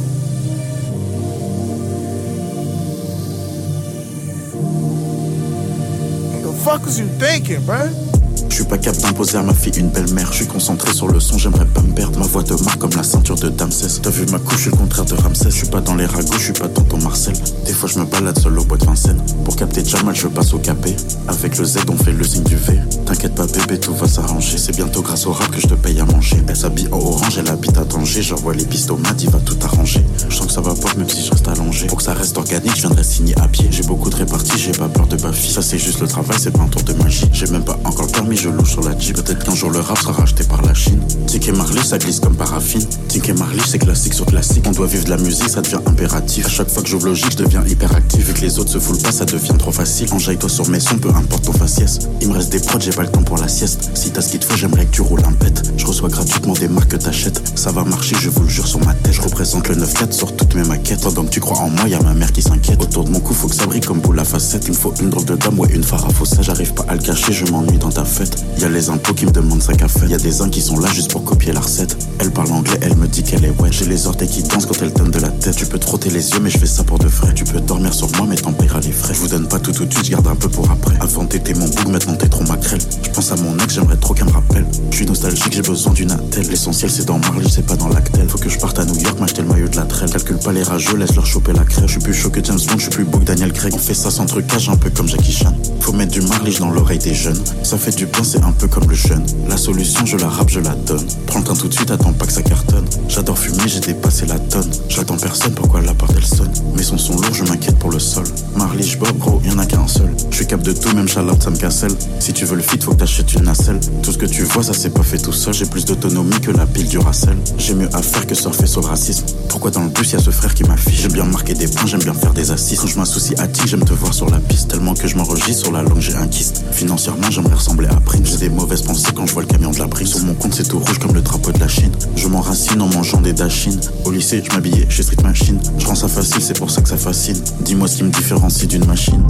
What the fuck was you thinking, bro? Je suis pas capable d'imposer à ma fille une belle-mère. Je suis concentré sur le son, j'aimerais pas me perdre. Ma voix de marque comme la ceinture de Damsès. T'as vu ma couche, je suis le contraire de Ramsès. Je suis pas dans les ragots, je suis pas tonton Marcel. Des fois je me balade seul au bois de Vincennes. Pour capter Jamal, je passe au capé. Avec le Z, on fait le signe du V. T'inquiète pas bébé, tout va s'arranger. C'est bientôt grâce au rap que je te paye à manger. Elle s'habille en orange, elle habite à Tanger. J'envoie les pistes au mat, il va tout arranger. Je sens que ça va pas même si je reste allongé. Pour que ça reste organique, je viendrai signer à pied. J'ai beaucoup de réparties, j'ai pas peur de baffi. Ça c'est juste le travail, c'est pas un tour de magie. J'ai même pas encore le permis, je louche sur la Jeep. Peut-être qu'un jour le rap sera racheté par la Chine. Tink et Marley, ça glisse comme paraffine. Tink et Marley, c'est classique sur classique. On doit vivre de la musique, ça devient impératif. À chaque fois que j'ouvre logique, je deviens hyperactif. Vu que les autres se foulent pas, ça devient trop facile. Enjaille-toi sur mes sons, peu importe ton faciès. Il me reste des prods, j'ai pas le temps pour la sieste. Si t'as ce qu'il te faut, j'aimerais que tu roules un pet. Je reçois gratuitement des marques que t'achètes. Ça va marcher, je vous le jure sur ma tête. Je représente le neuf quatre sur toutes mes maquettes. Pendant que tu crois en moi, y'a ma mère qui s'inquiète. Autour de mon cou, faut que ça brille comme boule à facette. Il me faut une drôle de dame, ouais, une farafosette. J'arrive pas à le cacher, je m'ennuie dans ta fête. Y'a les impôts qui me demandent ça qu'a fait. Y'a des uns qui sont là juste pour copier la recette. Elle parle anglais, elle me dit qu'elle est wet. J'ai les orteils qui dansent quand elle donne de la tête. Tu peux te frotter les yeux, mais je fais ça pour de vrai. Tu peux dormir sur moi, mais t'en paieras les frais. Je vous donne pas tout tout de suite, je garde un peu pour après. Avant t'étais mon boug, maintenant t'es trop maquerelle. Je pense à mon ex, j'aimerais trop qu'elle me rappelle. Je suis nostalgique, j'ai besoin d'une attelle. L'essentiel c'est dans Marley, c'est pas dans l'actel. Faut que je parte à New York, m'acheter le maillot de la traîne. Calcule pas les rageux, laisse leur choper la crève. Je suis plus chaud que James Bond, je suis plus beau que Daniel Craig. On fait ça sans trucage, un peu comme Jackie Chan. Faut mettre du Marley dans l'oreille des jeunes. Ça fait du bien, c'est un peu comme le jeûne. La solution, je la rappe, je la donne. Prends le temps tout de suite, attends pas que ça cartonne. J'adore fumer, j'ai dépassé la tonne. J'attends personne, pourquoi la porte elle sonne. Mes sons sont lourds, je m'inquiète pour le sol. Marley, j'bob, gros, y'en a qu'un seul. Je suis cap de tout, même Charlotte, ça me casselle. Si tu veux le feat, faut que t'achètes une nacelle. Tout ce que tu vois, ça s'est pas fait tout seul. J'ai plus d'autonomie que la pile du Racel. J'ai mieux à faire que surfer sur le racisme. Pourquoi dans le bus, y'a ce frère qui m'affiche. J'aime bien marquer des points, j'aime bien faire des assises. Quand je m'associe à tic, j'aime te voir sur la piste. Tellement que je m'enregistre sur la langue, j'ai un kyste. Financièrement, j'aimerais ressembler à Prince. J'ai des mauvaises pensées quand je vois le camion de la brique. Sur mon compte, c'est tout rouge comme le drapeau de la Chine. Je m'enracine en mangeant des dachines. Au lycée, je m'habillais chez Street Machine. Je rends ça facile, c'est pour ça que ça fascine. Dis-moi ce qui me différencie d'une machine.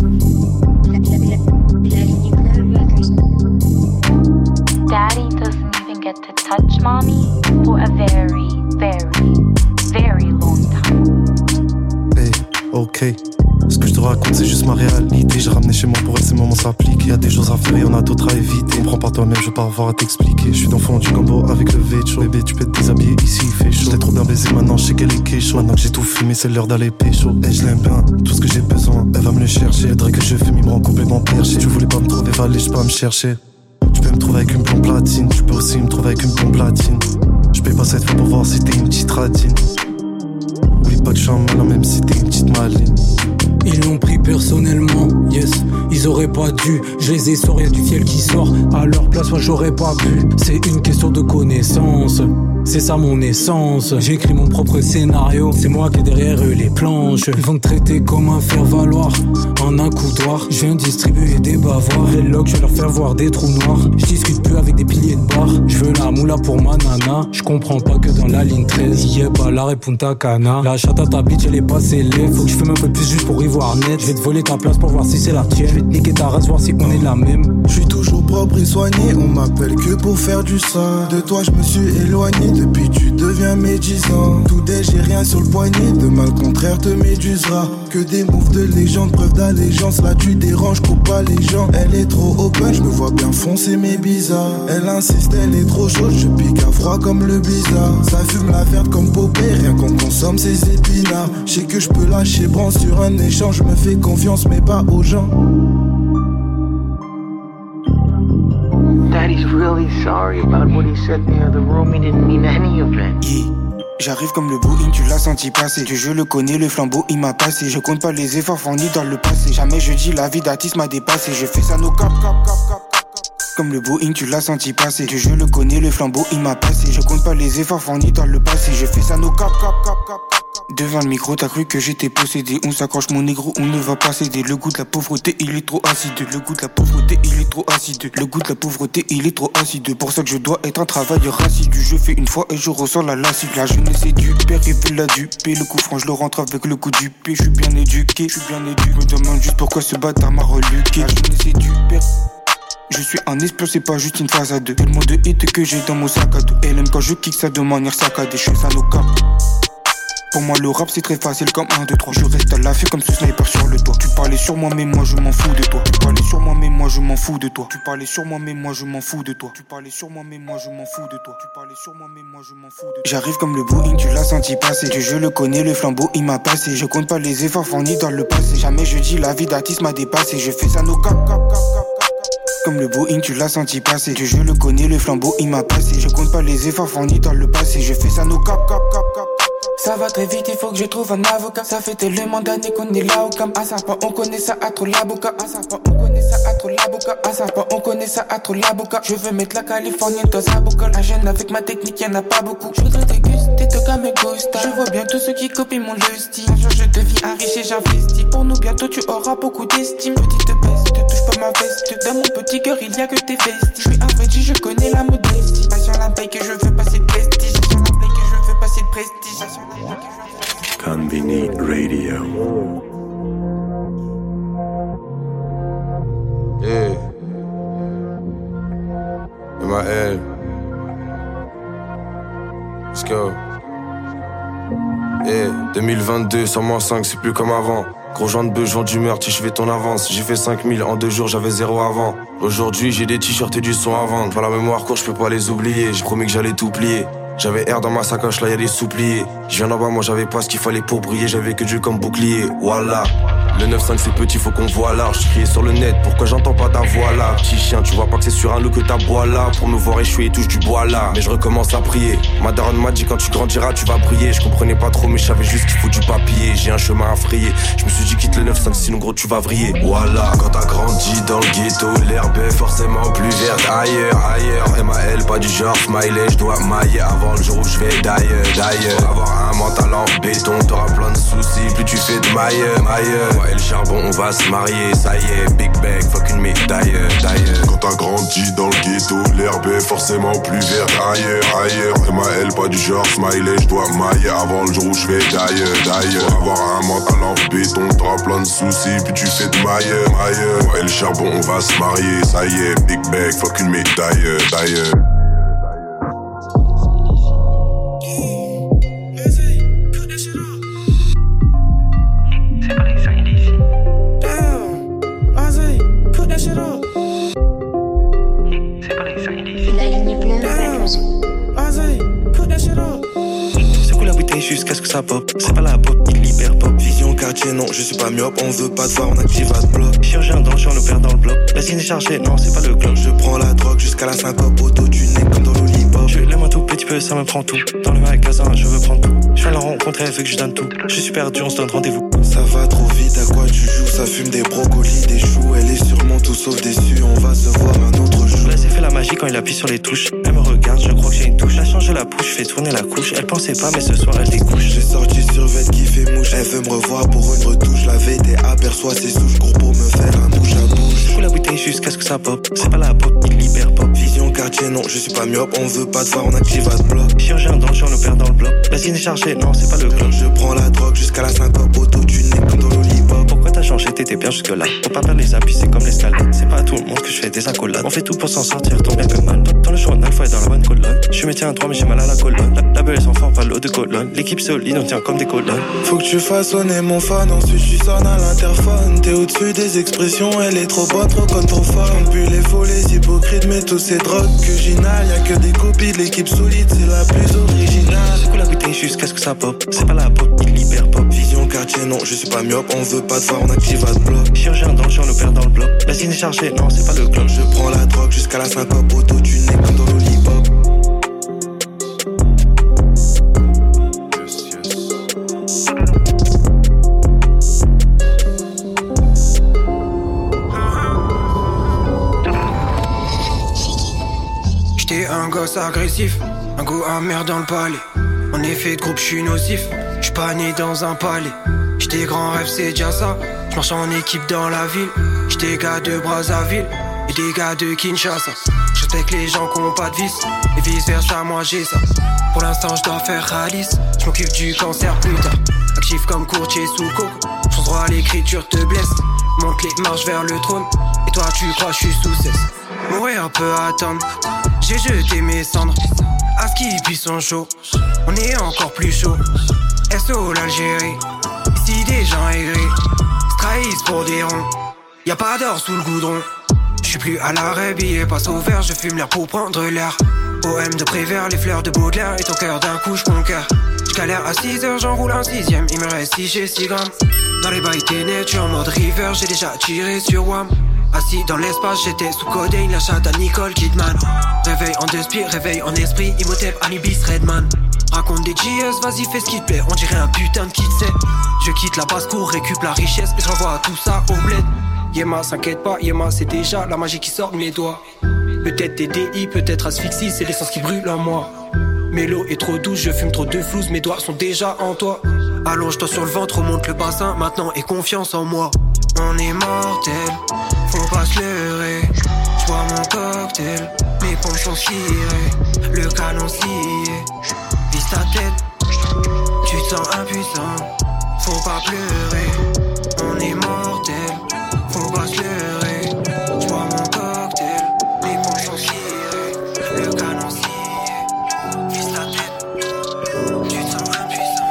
Daddy doesn't even get to touch mommy for a very, very, very long time. Hey, ok. Ce que je te raconte c'est juste ma réalité. J'ai ramené chez moi pour elle ces moments s'appliquent. Y'a des choses à faire et y'en a d'autres à éviter. Prends par toi-même, je vais pas avoir à t'expliquer. Je suis dans fond du combo avec le vécho. Bébé tu peux te déshabiller ici il fait chaud. J't'ai trop bien baisé maintenant je sais qu'elle est kécho. Maintenant que j'ai tout fumé c'est l'heure d'aller pécho. Et je l'aime bien, tout ce que j'ai besoin elle va me le chercher. Faudrait que je fume il me rend complètement perché. Tu voulais pas me trouver valé, je peux pas me chercher. Tu peux me trouver avec une blonde platine. Tu peux aussi me trouver avec une blonde platine. Je paye pas cette fois pour voir si t'es une petite ratine. Oublie pas de chambre, non, même si t'es une petite maline. Ils l'ont pris personnellement, yes, ils auraient pas dû. Je les ai sortis, y'a du fiel qui sort. À leur place, moi j'aurais pas pu. C'est une question de connaissance, c'est ça mon essence. J'écris mon propre scénario, c'est moi qui ai derrière eux les planches. Ils vont te traiter comme un faire-valoir en un coudoir. Je viens distribuer des bavoirs. Les logs, je vais leur faire voir des trous noirs. Je discute plus avec des piliers de bar. Je veux la moula pour ma nana. Je comprends pas que dans la ligne treize y'a pas la Punta Cana. La chatte à ta bitch elle est pas scellée. Faut que je fume un peu plus juste pour y voir net. Je vais te voler ta place pour voir si c'est la tienne. Je vais te niquer ta race, voir si on est la même. Je suis toujours propre et soigné. On m'appelle que pour faire du sang. De toi je me suis éloigné. Depuis tu deviens médisant. Tout dès j'ai rien sur le poignet. Demain le contraire te médusera. Que des moves de légende, preuve d'allégeance. Là tu déranges, coupe pas les gens. Elle est trop open, je me vois bien foncer mais bizarre. Elle insiste, elle est trop chaude. Je pique à froid comme le bizarre. Ça fume la verte comme Popé. Rien qu'on consomme ses épinards. Je sais que je peux lâcher bran sur un échange. Je me fais confiance mais pas aux gens. Daddy's really sorry about what he said in the other room. He didn't mean any of it. Yeah. J'arrive comme le Boeing, tu l'as senti passer. Que je le connais, le flambeau il m'a passé. Je compte pas les efforts fournis dans le passé. Jamais je dis la vie d'artiste m'a dépassé. Je fais ça no cap cap cap cap. Comme le Boeing, tu l'as senti passer. Que je le connais, le flambeau il m'a passé. Je compte pas les efforts fournis dans le passé. Je fais ça no cap cap cap cap. Devant le micro, t'as cru que j'étais possédé. On s'accroche mon négro, on ne va pas céder. Le goût de la pauvreté, il est trop acide. Le goût de la pauvreté, il est trop acide. Le goût de la pauvreté, il est trop acide. Pour ça que je dois être un travailleur assidu. Je fais une fois et je ressens la lassitude. La jeunesse est du père, il veut la duper. Le coup franc, je le rentre avec le coup du pied. Je suis bien éduqué, je suis bien éduqué. Je me demande juste pourquoi ce bâtard m'a reluqué. La jeunesse est du père. Je suis un espion, c'est pas juste une phase à deux. Tellement de hits que j'ai dans mon sac à dos. Elle aime quand je kick ça de manière saccadée. Je fais ça no cap. Pour moi le rap c'est très facile comme un, deux, trois. Je reste à l'affût comme ce sniper sur le toit. Tu parlais sur moi mais moi je m'en fous de toi. Tu parlais sur moi mais moi je m'en fous de toi. Tu parlais sur moi mais moi je m'en fous de toi. Tu parlais sur moi mais moi je m'en fous de toi. Tu parlais sur moi mais moi je m'en fous de toi. J'arrive comme le Boeing, tu l'as senti passer. Que je le connais, le flambeau il m'a passé. Je compte pas les efforts fournis dans le passé. Jamais je dis la vie d'artiste m'a dépassé. Je fais ça no cap cap cap cap. Comme le Boeing, tu l'as senti passer. Que je le connais, le flambeau il m'a passé. Je compte pas les efforts fournis dans le passé. Je fais ça no cap cap cap cap. Ça va très vite, il faut que je trouve un avocat. Ça fait tellement d'années qu'on est là au cam. À ça pas, on connaît ça à trop la boca. À ça pas, on connaît ça à trop la boca. À ça pas, on connaît ça à trop la boca. Je veux mettre la Californienne dans sa bocal. La jeune avec ma technique, y'en a pas beaucoup. Je voudrais déguster tout comme un ghost. Je vois bien tous ceux qui copient mon le style. Un jour je deviens riche et j'investis. Pour nous bientôt tu auras beaucoup d'estime. Petite peste, touche pas ma veste. Dans mon petit cœur il y a que tes vestes. Je suis un vrai G, je connais la modestie. Pas sur la paille que je veux passer de prestige. Sur la paille que je veux passer de prestige. Convini Radio. Yeah. M A L. Let's go. Yeah. deux mille vingt-deux, cent moins cinq, c'est plus comme avant. Gros joint de bœuf, je vends du meurtre, je fais ton avance. J'ai fait cinq mille en deux jours, j'avais zéro avant. Aujourd'hui, j'ai des t-shirts et du son à vendre. Pas la mémoire courte, je peux pas les oublier. J'ai promis que j'allais tout plier. J'avais air dans ma sacoche, là y'a des soupliers. Je viens d'en bas, moi j'avais pas ce qu'il fallait pour briller. J'avais que Dieu comme bouclier, voilà. Le neuf cinq c'est petit, faut qu'on voit large. J'criais sur le net, pourquoi j'entends pas ta voix là? Petit chien, tu vois pas que c'est sur un loup que t'aboies là. Pour me voir échouer, touche du bois là. Mais je recommence à prier. Ma daronne m'a dit quand tu grandiras, tu vas briller. Je comprenais pas trop, mais je savais juste qu'il faut du papier. J'ai un chemin à frayer. Je me suis dit quitte le neuf cinq, sinon gros tu vas vriller. Voilà, quand t'as grandi dans le ghetto, l'herbe est forcément plus verte ailleurs, ailleurs. M A L, pas du genre smiley, je dois mailler avant le jour où je vais d'ailleurs, d'ailleurs. Avoir un mental en béton, t'auras plein de soucis, plus tu fais de maille, maille. Moi et le charbon, on va se marier, ça y est, big bag, fuck une médaille, d'ailleurs. Quand t'as grandi dans le ghetto, l'herbe est forcément plus verte ailleurs, ailleurs. M A L, pas du genre smiley, je dois mailler avant le jour où je vais d'ailleurs, d'ailleurs. Avoir un mental en béton, t'auras plein de soucis, puis tu fais de maille, maille. Moi et le charbon, on va se marier, ça y est, big bag, fuck une médaille, d'ailleurs. Jusqu'à ce que ça pop, c'est pas la pop, il libère pop. Vision quartier, non, je suis pas myope, on veut pas te voir, on active à bloc. Chirurgien dans le champ, le père dans le bloc. La ciné chargée, non, c'est pas le club. Je prends la drogue jusqu'à la syncope, auto-tuné comme dans l'olipop. Je l'aime un tout petit peu, ça me prend tout. Dans le magasin, je veux prendre tout. Je viens la rencontrer, elle veut que je donne tout. Je suis perdu, on se donne rendez-vous. Ça va trop vite, à quoi tu joues? Ça fume des brocolis, des choux. Elle est sûrement tout sauf déçue, on va se voir un autre jour. Là, c'est fait la magie quand il appuie sur les touches. Elle me regarde, je crois que j'ai une touche. Elle change la pouche, fait tourner la couche. Elle pensait pas, mais ce soir elle découche. J'ai sorti sur vêt qui fait mouche. Elle veut me revoir pour une retouche. La V T aperçoit ses souches, gros pour me faire un bouche à bouche. Je fous la bouteille jusqu'à ce que ça pop. C'est pas la pop, il hyper pop. Vision quartier, non, je suis pas myope. On veut pas te voir, on active à te bloc. Chirurgien dans le champ, le perd dans le bloc. Basine est chargée, non, c'est pas le club. Je prends la drogue jusqu'à la syncope. Auto-tuné comme dans l'olipop. Pourquoi t'as changé, t'étais bien jusque là. Faut pas perdre les appuis, c'est comme l'escalade. C'est pas à tout le monde que je fais des accolades. On fait tout pour s'en sortir, tant bien que mal. Dans le journal, faut être dans la bonne colonne. Je suis métier à droit, mais j'ai mal à la colonne. La, la belle est sans fort, pas l'eau de colonne. L'équipe solide, on tient comme des colonnes. Faut que tu fasses sonner mon phone, ensuite tu sonnes à l'interphone. T'es au-dessus des expressions, elle est trop bonne, trop comme ton phone. Puis les faux, les hypocrites, mais tous ces drogues que j'inhale. Y'a que des copies de l'équipe solide, c'est la plus originale. Je fous la bouteille jusqu'à ce que ça pop. C'est pas la pop, il hyper pop. Vision quartier, non, je suis pas myope. On veut pas te voir, on active à te bloc. Chirurgien dans le champ, le perd dans le bloc. Basine est chargée, non, c'est pas le club. Je prends la drogue jusqu'à la syncope. Auto-tuné comme dans l'olipop. J'étais un gosse agressif, un goût amer dans le palais. En effet de groupe, j'suis nocif, j'suis pas né dans un palais. J'étais grand rêve, c'est déjà ça. J'marche en équipe dans la ville. J'étais gars de Brazzaville et des gars de Kinshasa. J'respecte les gens qui ont pas de vice et vice versa, moi j'ai ça. Pour l'instant, j'dois faire Alice. J'm'occupe du cancer plus tard. Actif comme courtier sous coke. J'pense droit à l'écriture te blesse. Monte les marches vers le trône. Et toi, tu crois j'suis sous cesse. Mourir peut attendre. J'ai jeté mes cendres. À ce qui puis son chaud. On est encore plus chaud. S O l'Algérie. Ici des gens aigris trahissent pour des ronds. Y'a pas d'or sous le goudron. J'suis plus à l'arrêt, billet passe au vert. Je fume l'air pour prendre l'air. O M de Prévert, les fleurs de Baudelaire. Et ton cœur d'un coup j'conquiert. J'galère à six heures, j'enroule un sixième. Il me reste six G, six grammes. Dans les bails t'es net, j'suis en mode river. J'ai déjà tiré sur Wham. Assis dans l'espace, j'étais sous codeine. La chatte à Nicole Kidman. Réveil en deux spies, réveil en esprit. Imhotep, Anubis, Redman. Raconte des G S, vas-y fais ce qui te plaît. On dirait un putain de kit c'est. Je quitte la basse-cour, récup la richesse. Et j'envoie tout ça au bled. Yéma, s'inquiète pas, Yéma c'est déjà la magie qui sort de mes doigts. Peut-être T D I, peut-être asphyxie. C'est l'essence qui brûle en moi. Mélo est trop douce, je fume trop de flouze. Mes doigts sont déjà en toi. Allonge-toi sur le ventre, remonte le bassin. Maintenant aie confiance en moi. On est mortel, faut pas se leurrer. J'bois mon cocktail, mes pompes sont cirées. Le canon scié, vise ta tête. Tu te sens impuissant, faut pas pleurer. On est mortel, faut pas se leurrer. J'bois mon cocktail, mes pompes sont cirées. Le canon scié, vise ta tête. Tu te sens impuissant.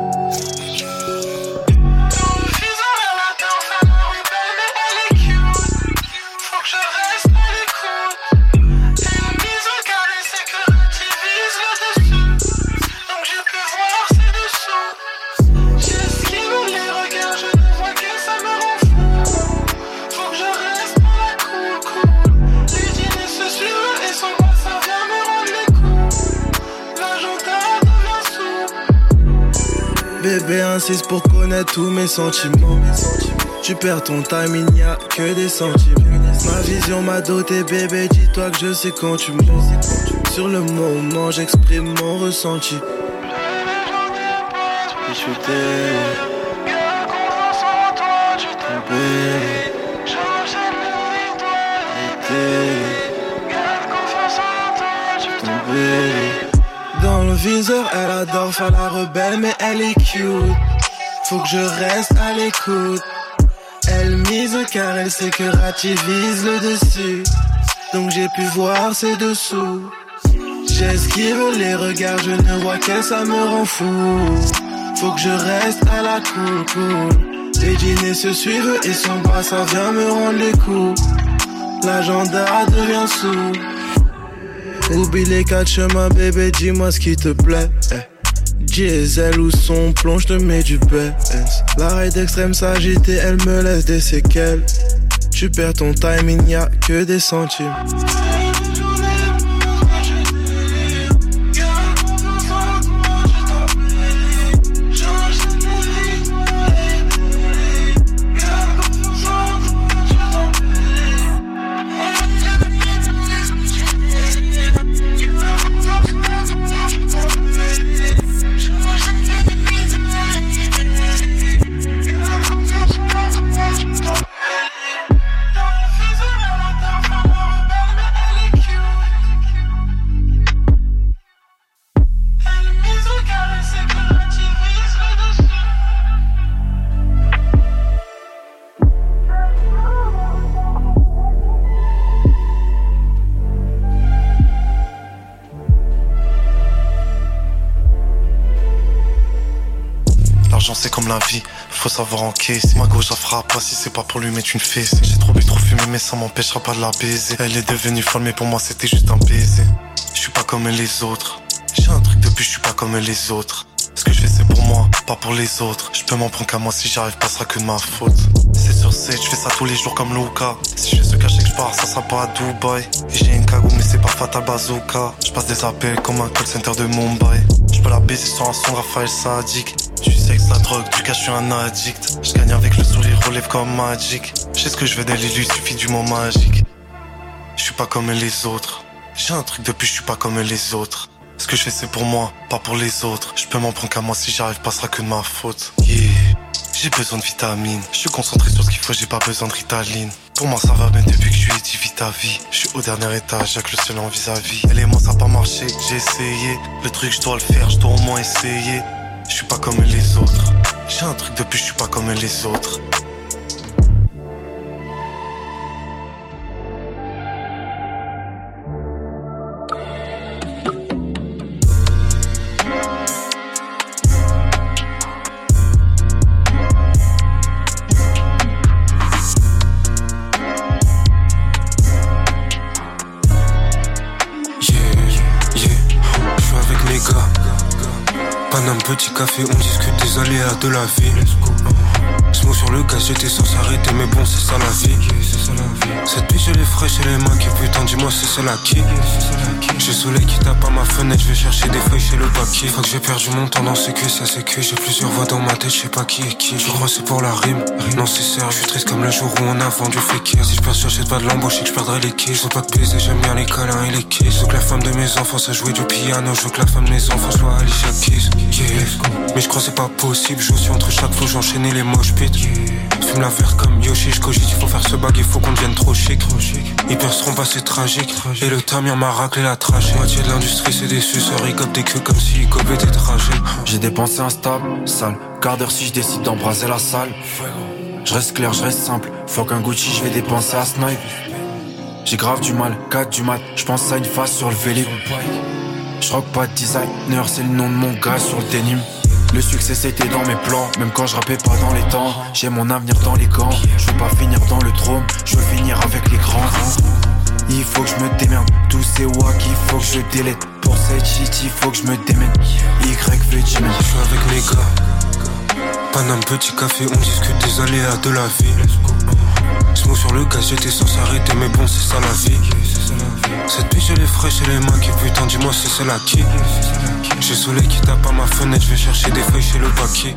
Bébé insiste pour connaître tous mes sentiments. Tu perds ton time, il n'y a que des sentiments. Ma vision m'a doté, bébé, dis-toi que je sais quand tu mens. Sur le moment, j'exprime mon ressenti. Je suis tombé. Dans le viseur, elle adore faire la rebelle, mais elle est cute. Faut que je reste à l'écoute. Elle mise car elle sait que Ratchi vise le dessus. Donc j'ai pu voir ses dessous. J'esquive les regards, je ne vois qu'elle, ça me rend fou. Faut que je reste à la cool, cool. Les dîners se suivent et son bras, ça vient me rendre les coups. L'agenda devient sous. Oublie les quatre chemins, bébé, dis-moi ce qui te plaît. Eh. Diesel ou son plomb, je te mets du B S. L'arrêt d'extrême s'agiter, elle me laisse des séquelles. Tu perds ton time, il n'y a que des centimes. la vie, faut savoir encaisser. Ma gauche, elle fera pas si c'est pas pour lui mettre une fesse. J'ai trop bu, trop fumé, mais ça m'empêchera pas de la baiser. Elle est devenue folle, mais pour moi c'était juste un baiser. Je suis pas comme les autres. J'ai un truc depuis, je suis pas comme les autres. Ce que je fais c'est pour moi, pas pour les autres. Je peux m'en prendre qu'à moi, si j'arrive pas, ce sera que de ma faute. C'est sur sept, je fais ça tous les jours comme Luka. Si je vais se cacher que je pars, ça sera pas à Dubaï. Et j'ai une cagoule mais c'est pas Fatal Bazooka. Je passe des appels comme un call center de Mumbai. Je peux la baiser sur un son Raphaël Sadik. Je suis sexe, la drogue, du cas je suis un addict. Je gagne avec le sourire, relève comme Magic. Je sais ce que je veux d'elle, il lui suffit du mot magique. Je suis pas comme les autres. J'ai un truc depuis, je suis pas comme les autres. Ce que je fais c'est pour moi, pas pour les autres. Je peux m'en prendre qu'à moi, si j'arrive pas, ce sera que de ma faute. Yeah, j'ai besoin de vitamines. Je suis concentré sur ce qu'il faut, j'ai pas besoin de Ritaline. Pour moi ça va bien depuis que je suis dit vite ta vie. Je suis au dernier étage, y'a que le ciel en vis-à-vis. Elle et moi ça a pas marché, j'ai essayé. Le truc je dois le faire, je dois au moins essayer. Je suis pas comme les autres. J'ai un truc depuis, je suis pas comme les autres. Un petit café, on discute des aléas de la vie. Smooth sur le gaz, j'étais sans s'arrêter, mais bon, c'est ça la vie. Cette biche elle est fraîche, elle est maquée, putain, dis-moi c'est celle-là qui. J'ai le soleil qui tape à ma fenêtre, je vais chercher des feuilles chez le papier. Faut que j'ai perdu mon temps dans ce que ça c'est que j'ai plusieurs voix dans ma tête, je sais pas qui est qui. Je crois c'est pour la rime, non c'est sérieux, je suis triste comme le jour où on a vendu fake. Si je perds sur cette pas de l'embauche, que je perdrai les quais. Je veux pas te baiser, j'aime bien les câlins et les quais. Je veux que la femme de mes enfants ça jouer du piano, je veux que la femme de mes enfants soit Alicia Keys. Yeah. Mais je crois c'est pas possible, je suis entre chaque flow, j'enchaînais les moches pits. Fume la verte comme Yoshi, je cogite, il faut faire ce bag, il faut qu'on devienne trop chic. Ils perceront pas, c'est tragique. Et le Tamir m'a raclé la trachée. Moitié de l'industrie c'est des suceurs, ils gobent des queues comme s'ils gobaient des trajets. J'ai dépensé instable, sale. Quart d'heure si je décide d'embraser la salle. Je reste clair, je reste simple. Faut qu'un Gucci, je vais dépenser à snipe. J'ai grave du mal, quatre du mat. Je pense à une face sur le vélib. Je rock pas de designer, c'est le nom de mon gars sur le denim. Le succès c'était dans mes plans, même quand je rappais pas dans les temps. J'ai mon avenir dans les gants, je veux pas finir dans le trône, je veux finir avec les grands. Il faut que je me démerde, tous ces wack, il faut que je délète. Pour cette shit, il faut que je me démène. Y veut Jimmy. Je suis avec mes gars, Paname, petit café, on discute des aléas de la vie. Smooth sur le gaz, j'étais sans s'arrêter, mais bon c'est ça la vie. Cette biche elle est fraîche, elle est maquée, putain dis-moi c'est celle-là qui. J'ai le soleil qui tape à ma fenêtre, je vais chercher des feuilles chez le papier.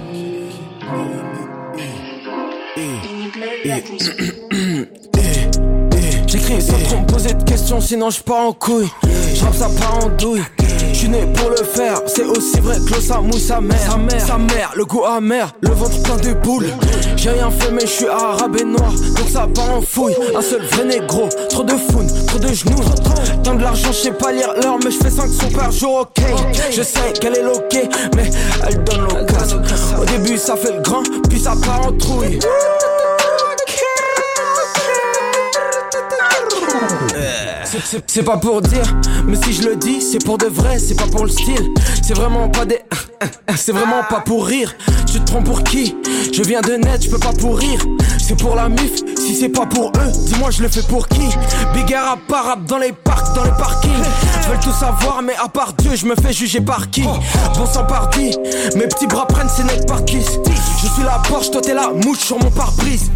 J'écris sans trop me poser de questions, sinon je pars en couille. J'rappe ça part en douille. J'suis né pour le faire, c'est aussi vrai que l'eau ça mouille sa mère. Sa mère, sa mère, le goût amer, le ventre plein de boules. J'ai rien fait mais j'suis arabe et noir, donc ça part en fouille. Un seul vrai négro, trop de founes, trop de genoux. Tant de l'argent, j'sais pas lire l'heure, mais j'fais cinq sons par jour, ok. Je sais qu'elle est loquée, mais elle donne l'occasion. Au début ça fait le grand, puis ça part en trouille. C'est, c'est pas pour dire, mais si je le dis, c'est pour de vrai, c'est pas pour le style. C'est vraiment pas des... C'est vraiment pas pour rire. Tu te prends pour qui? Je viens de net, je peux pas pourrir. C'est pour la mif, si c'est pas pour eux, dis-moi je le fais pour qui? Big rap, pas rap dans les parcs, dans les parkings. Veulent tout savoir, mais à part Dieu, je me fais juger par qui? Bon sang parti, mes petits bras prennent ses necks par kiss. Je suis la Porsche, toi t'es la mouche sur mon pare-brise.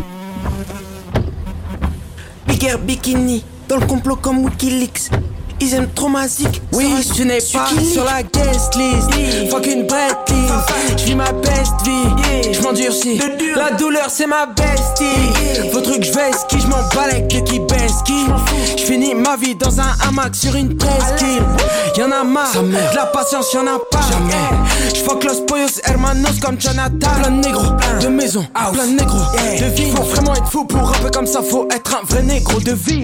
Big bikini, dans le complot comme Wikileaks. Ils aiment trop ma zik. Oui, tu n'es pas sur la guest list. Fuck une bretlist. J'vis ma best vie. J'm'endurcis. La douleur c'est ma bestie. Vos trucs j'vais ski. J'm'en bats avec le qui baisse qui. J'finis ma vie dans un hamac sur une presqu'île. Y'en a marre, de la patience y'en a pas. J'fuck los pollos hermanos comme Jonathan. Plein de négros, de maisons, plein de négros, de vie. Faut vraiment être fou pour rapper comme ça. Faut être un vrai négro de vie.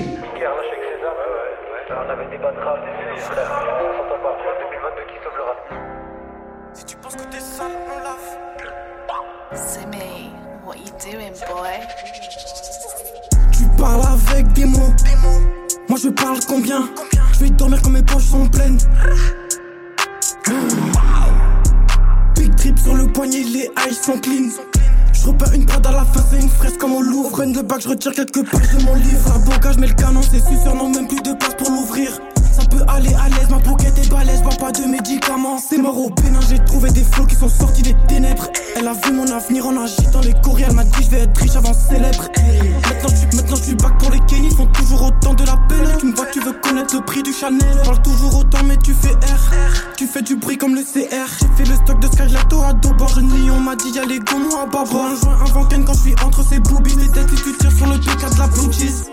On avait des bad rap, des frères, on s'entend pas. deux mille vingt-deux qui sauve le rap. Si tu penses que t'es sale, on lave. C'est me, what you doing, boy? Tu parles avec des mots. Moi je parle combien? Je vais dormir quand mes poches sont pleines. Big trip sur le poignet, les eyes sont clean. Je repère une brade à la face et une fraise comme au Louvre. Open le bac, je retire quelques pages de mon livre. Un bocage, mais le canon c'est suceur, non même plus de place pour l'ouvrir. Ça peut aller à l'aise, ma pocket est balèze, bois pas de médicaments. C'est mort au pénin, j'ai trouvé des flots qui sont sortis des ténèbres. Elle a vu mon avenir en agitant les courriers, elle m'a dit je vais être riche avant célèbre. Maintenant je suis, maintenant je suis back pour les Kenny, font toujours autant de la peine. Tu me vois, tu veux connaître le prix du Chanel. Parle toujours autant mais tu fais R. Tu fais du bruit comme le C R. J'ai fait le stock de Skylato à Dobar, jeune lion m'a dit y'a les gommons à bas. Un joint, un Vanken quand je suis entre ces boobies. Les têtes si tu tires sur le P quatre de la blue cheese.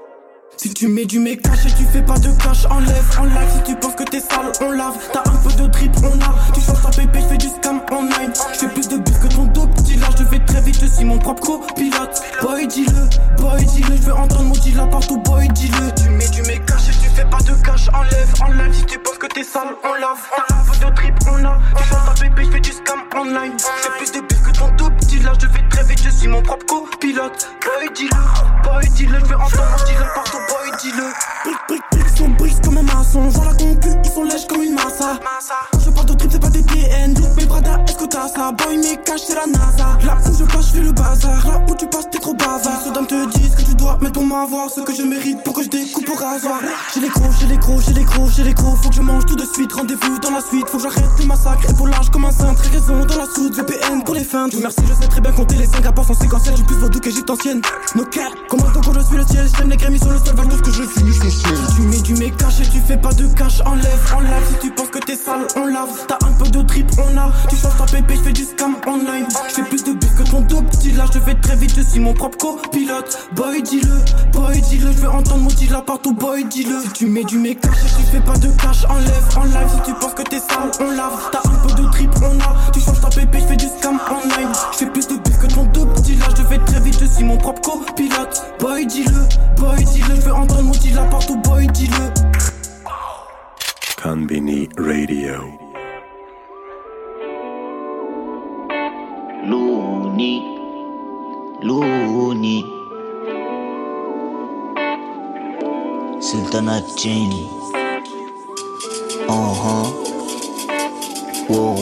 Si tu mets du make cash et tu fais pas de cash, enlève en live. Si tu penses que t'es sale, on lave. T'as un peu de drip, on a. Tu changes ta pépé, je fais du scam online. Je fais plus de bif que ton dos petit là. Je fais très vite, je suis mon propre copilote. Boy dis-le, boy dis-le. Je veux entendre mon deal partout, boy dis-le. Tu mets du make cash et tu fais pas de cash, enlève en live. Si tu penses que t'es sale, on lave. T'as un peu de drip, on a. Tu changes ta pépé, je fais du scam online. Je fais plus de bif que ton dos petit là. Je fais très vite, je suis mon propre copilote. Boy dis-le, boy dis-le. Je veux entendre mon deal partout. Boy, dis-le. Brick, brick, brick, sont briques comme un maçon. Genre la concu, ils sont lèches comme une massa. Je parle de trip, c'est pas des P N. Mais Prada, est-ce que t'as ça? Boy, mes cash, c'est la NASA. Là où je passe, je fais le bazar. Là où tu passes, t'es trop bavard. Ceux d'hommes te disent que tu dois mettre pour m'avoir ce que je mérite pour que je découpe au rasoir. J'ai les gros, j'ai les gros, j'ai les gros, j'ai les gros. Faut que je mange tout de suite. Rendez-vous dans la suite. Faut que j'arrête les massacres. Épaule large comme un saint. Très raison dans la soude. V P N pour les fins. Dieu merci, je sais très bien compter les cinq rapports sont séquentiels. J'ai plus vaudou qu'égyptienne. No cap. Comment tant que je suis le ciel? J'aime les grémis sur le sol. Tout ce que je finis, je suis. Tu mets du make cash et tu fais pas de cash, enlève en live. Si tu penses que t'es sale, on lave. T'as un peu de drip, on a. Tu changes ta pépé, je fais du scam online. Je fais plus de bif que ton dos petit là. Je fais très vite, je suis mon propre copilote. Boy dis-le, boy dis-le. Je veux entendre mon deal là partout, boy dis-le. Si tu mets du make cash et tu fais pas de cash, enlève en live. Si tu penses que t'es sale, on lave. T'as un peu de drip, on a. Tu changes ta pépé, je fais du scam online. Je fais plus de bif que ton dos petit là. Je fais très vite, je suis mon propre copilote. Boy dis-le, boy dis-le. Je veux entendre mon deal là partout, boy dis-le. Konbini Radio. Looney, Looney, Sultana Jenny. Uh-huh. Wow.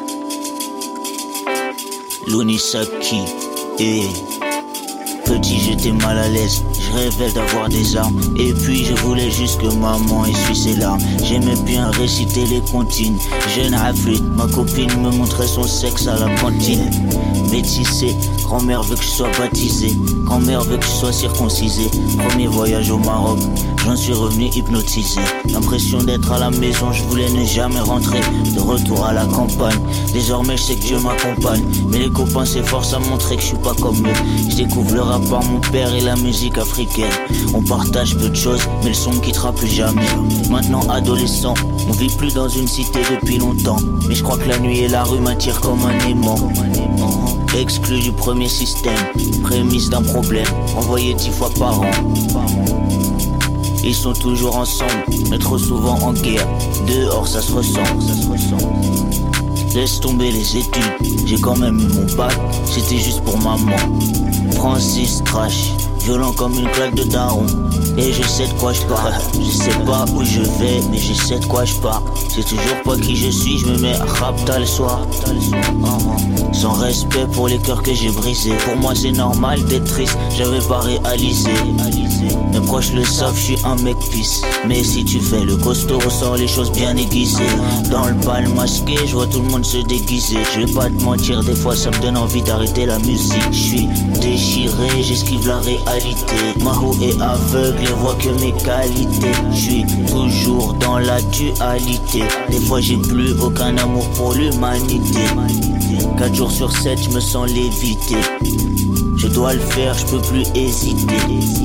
Looney Saki. Eh. Petit, j'étais mal à l'aise. Je rêvais d'avoir des armes. Et puis je voulais juste que maman essuie ses larmes. J'aimais bien réciter les comptines. Jeune Afrit, ma copine me montrait son sexe à la cantine. Métissé, grand-mère veut que je sois baptisé. Grand-mère veut que je sois circoncisé. Premier voyage au Maroc, j'en suis revenu hypnotisé. L'impression d'être à la maison, je voulais ne jamais rentrer. De retour à la campagne, désormais je sais que Dieu m'accompagne. Mais les copains s'efforcent à montrer que je suis pas comme eux. Je découvre le rap par mon père et la musique africaine. On partage peu de choses, mais le son me quittera plus jamais. Maintenant adolescent, on vit plus dans une cité depuis longtemps. Mais je crois que la nuit et la rue m'attirent comme un aimant. Exclu du premier système, prémisse d'un problème, envoyé dix fois par an. Ils sont toujours ensemble, mais trop souvent en guerre. Dehors ça se ressent, ça se ressent. Laisse tomber les études, j'ai quand même eu mon bac, c'était juste pour maman. Francis Trash, violent comme une claque de daron. Et je sais de quoi je parle. Je sais pas où je vais, mais je sais de quoi je pars. C'est toujours pas qui je suis, je me mets à rapta le soir. uh-huh. Sans respect pour les cœurs que j'ai brisés. Pour moi c'est normal d'être triste, j'avais pas réalisé. Mes proches le savent, je suis un mec pisse. Mais si tu fais le costaud, ressort les choses bien aiguisées. Dans le bal masqué, je vois tout le monde se déguiser. Je vais pas te mentir, des fois ça me donne envie d'arrêter la musique. Je suis déchiré, j'esquive la réalité. Mahou est aveugle et voit que mes qualités. Je suis toujours dans la dualité. Des fois j'ai plus aucun amour pour l'humanité. Quatre jours sur sept, je me sens lévité. Je dois le faire, je peux plus hésiter.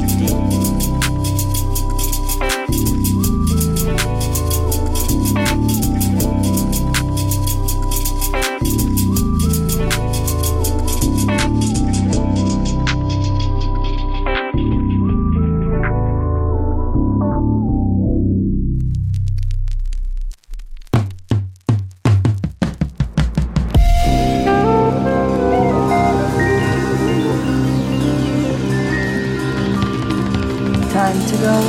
Time to go.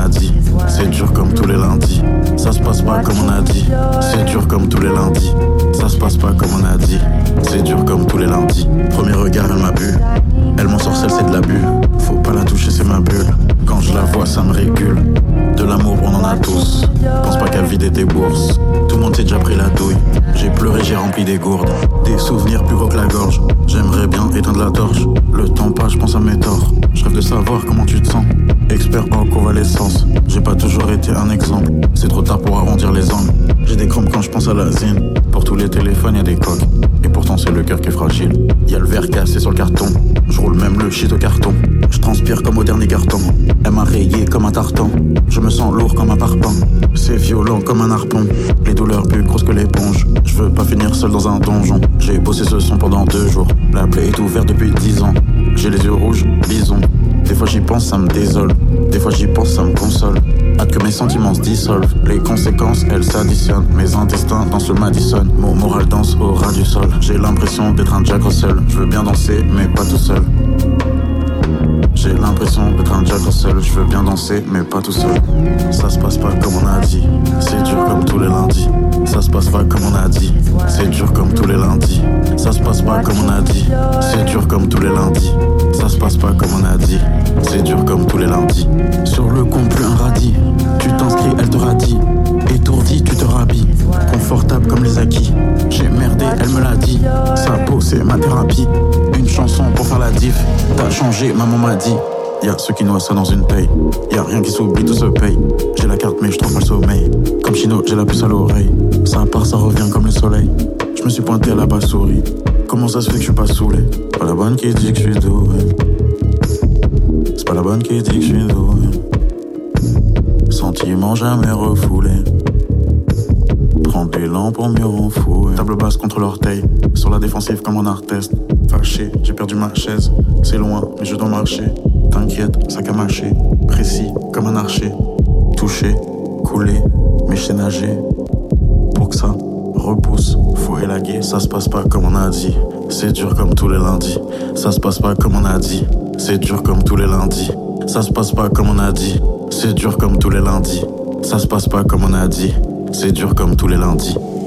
a dit. C'est dur comme tous les lundis. Ça se passe pas comme on a dit. C'est dur comme tous les lundis. Ça se passe pas comme on a dit. C'est dur comme tous les lundis. Premier regard, elle m'a bu. Elle m'ensorcelle, c'est de l'abus. Faut pas la toucher, c'est ma bulle. Quand je la vois, ça me régule. De l'amour, on en a tous. Pense pas qu'à vider tes bourses. Tout le monde s'est déjà pris la douille. J'ai pleuré, j'ai rempli des gourdes. Des souvenirs plus gros que la gorge. J'aimerais bien éteindre la torche. Le temps passe, je pense à mes torts. Je rêve de savoir comment tu te sens. Expert en convalescence. J'ai pas toujours été un exemple. C'est trop tard pour arrondir les angles. J'ai des crampes quand je pense à la zine. Pour tous les téléphones, y'a des coques. Et pourtant c'est le cœur qui est fragile. Y'a le verre cassé sur le carton. Je roule même le shit au carton. Je transpire comme au dernier carton. Elle m'a rayé comme un tartan. Je me sens lourd comme un parpaing. C'est violent comme un harpon. Les douleurs plus grosses que l'éponge. Je veux pas finir seul dans un donjon. J'ai bossé ce son pendant deux jours. La plaie est ouverte depuis dix ans. J'ai les yeux rouges, bison. Des fois j'y pense, ça me désole. Des fois j'y pense, ça me console. Hâte que mes sentiments se dissolvent. Les conséquences, elles s'additionnent. Mes intestins dansent le Madison. Mon moral danse au ras du sol. J'ai l'impression d'être un Jack Russell. Je veux bien danser, mais pas tout seul. J'ai l'impression d'être un Jack Russell. Je veux bien danser, mais pas tout seul. Ça se passe pas comme on a dit. C'est dur comme tous les lundis. Ça se passe pas comme on a dit. C'est dur comme tous les lundis. Ça se passe pas comme on a dit. C'est dur comme tous les lundis. Ça se passe pas comme on a dit. C'est dur comme tous les lundis. Sur le compte plus un radis. Tu t'inscris, elle te radie. Étourdi, tu te rhabilles. Confortable comme les acquis. J'ai merdé, elle me l'a dit. Sa peau, c'est ma thérapie. Une chanson pour faire la diff. T'as changé, maman m'a dit. Y'a ceux qui noient ça dans une paye. Y'a rien qui s'oublie, tout se paye. J'ai la carte mais je trouve pas le sommeil. Comme Chino, j'ai la puce à l'oreille. Ça part, ça revient comme le soleil. Je me suis pointé à la basse-souris. Comment ça se fait que je suis pas saoulé? Pas la bonne qui dit que je suis doué. C'est pas la bonne qui dit que je suis doué. Sentiments jamais refoulés. Prends des lampes pour mieux renfouer. Table basse contre l'orteil. Sur la défensive comme en art test. Fâché, j'ai perdu ma chaise. C'est loin, mais je dois marcher. T'inquiète, sac à mâcher. Précis comme un archer. Touché, coulé, mais je sais nager. Pour que ça repousse, faut élaguer. Ça se passe pas comme on a dit. C'est dur comme tous les lundis. Ça se passe pas comme on a dit. C'est dur comme tous les lundis. Ça se passe pas comme on a dit. C'est dur comme tous les lundis. Ça se passe pas comme on a dit. C'est dur comme tous les lundis.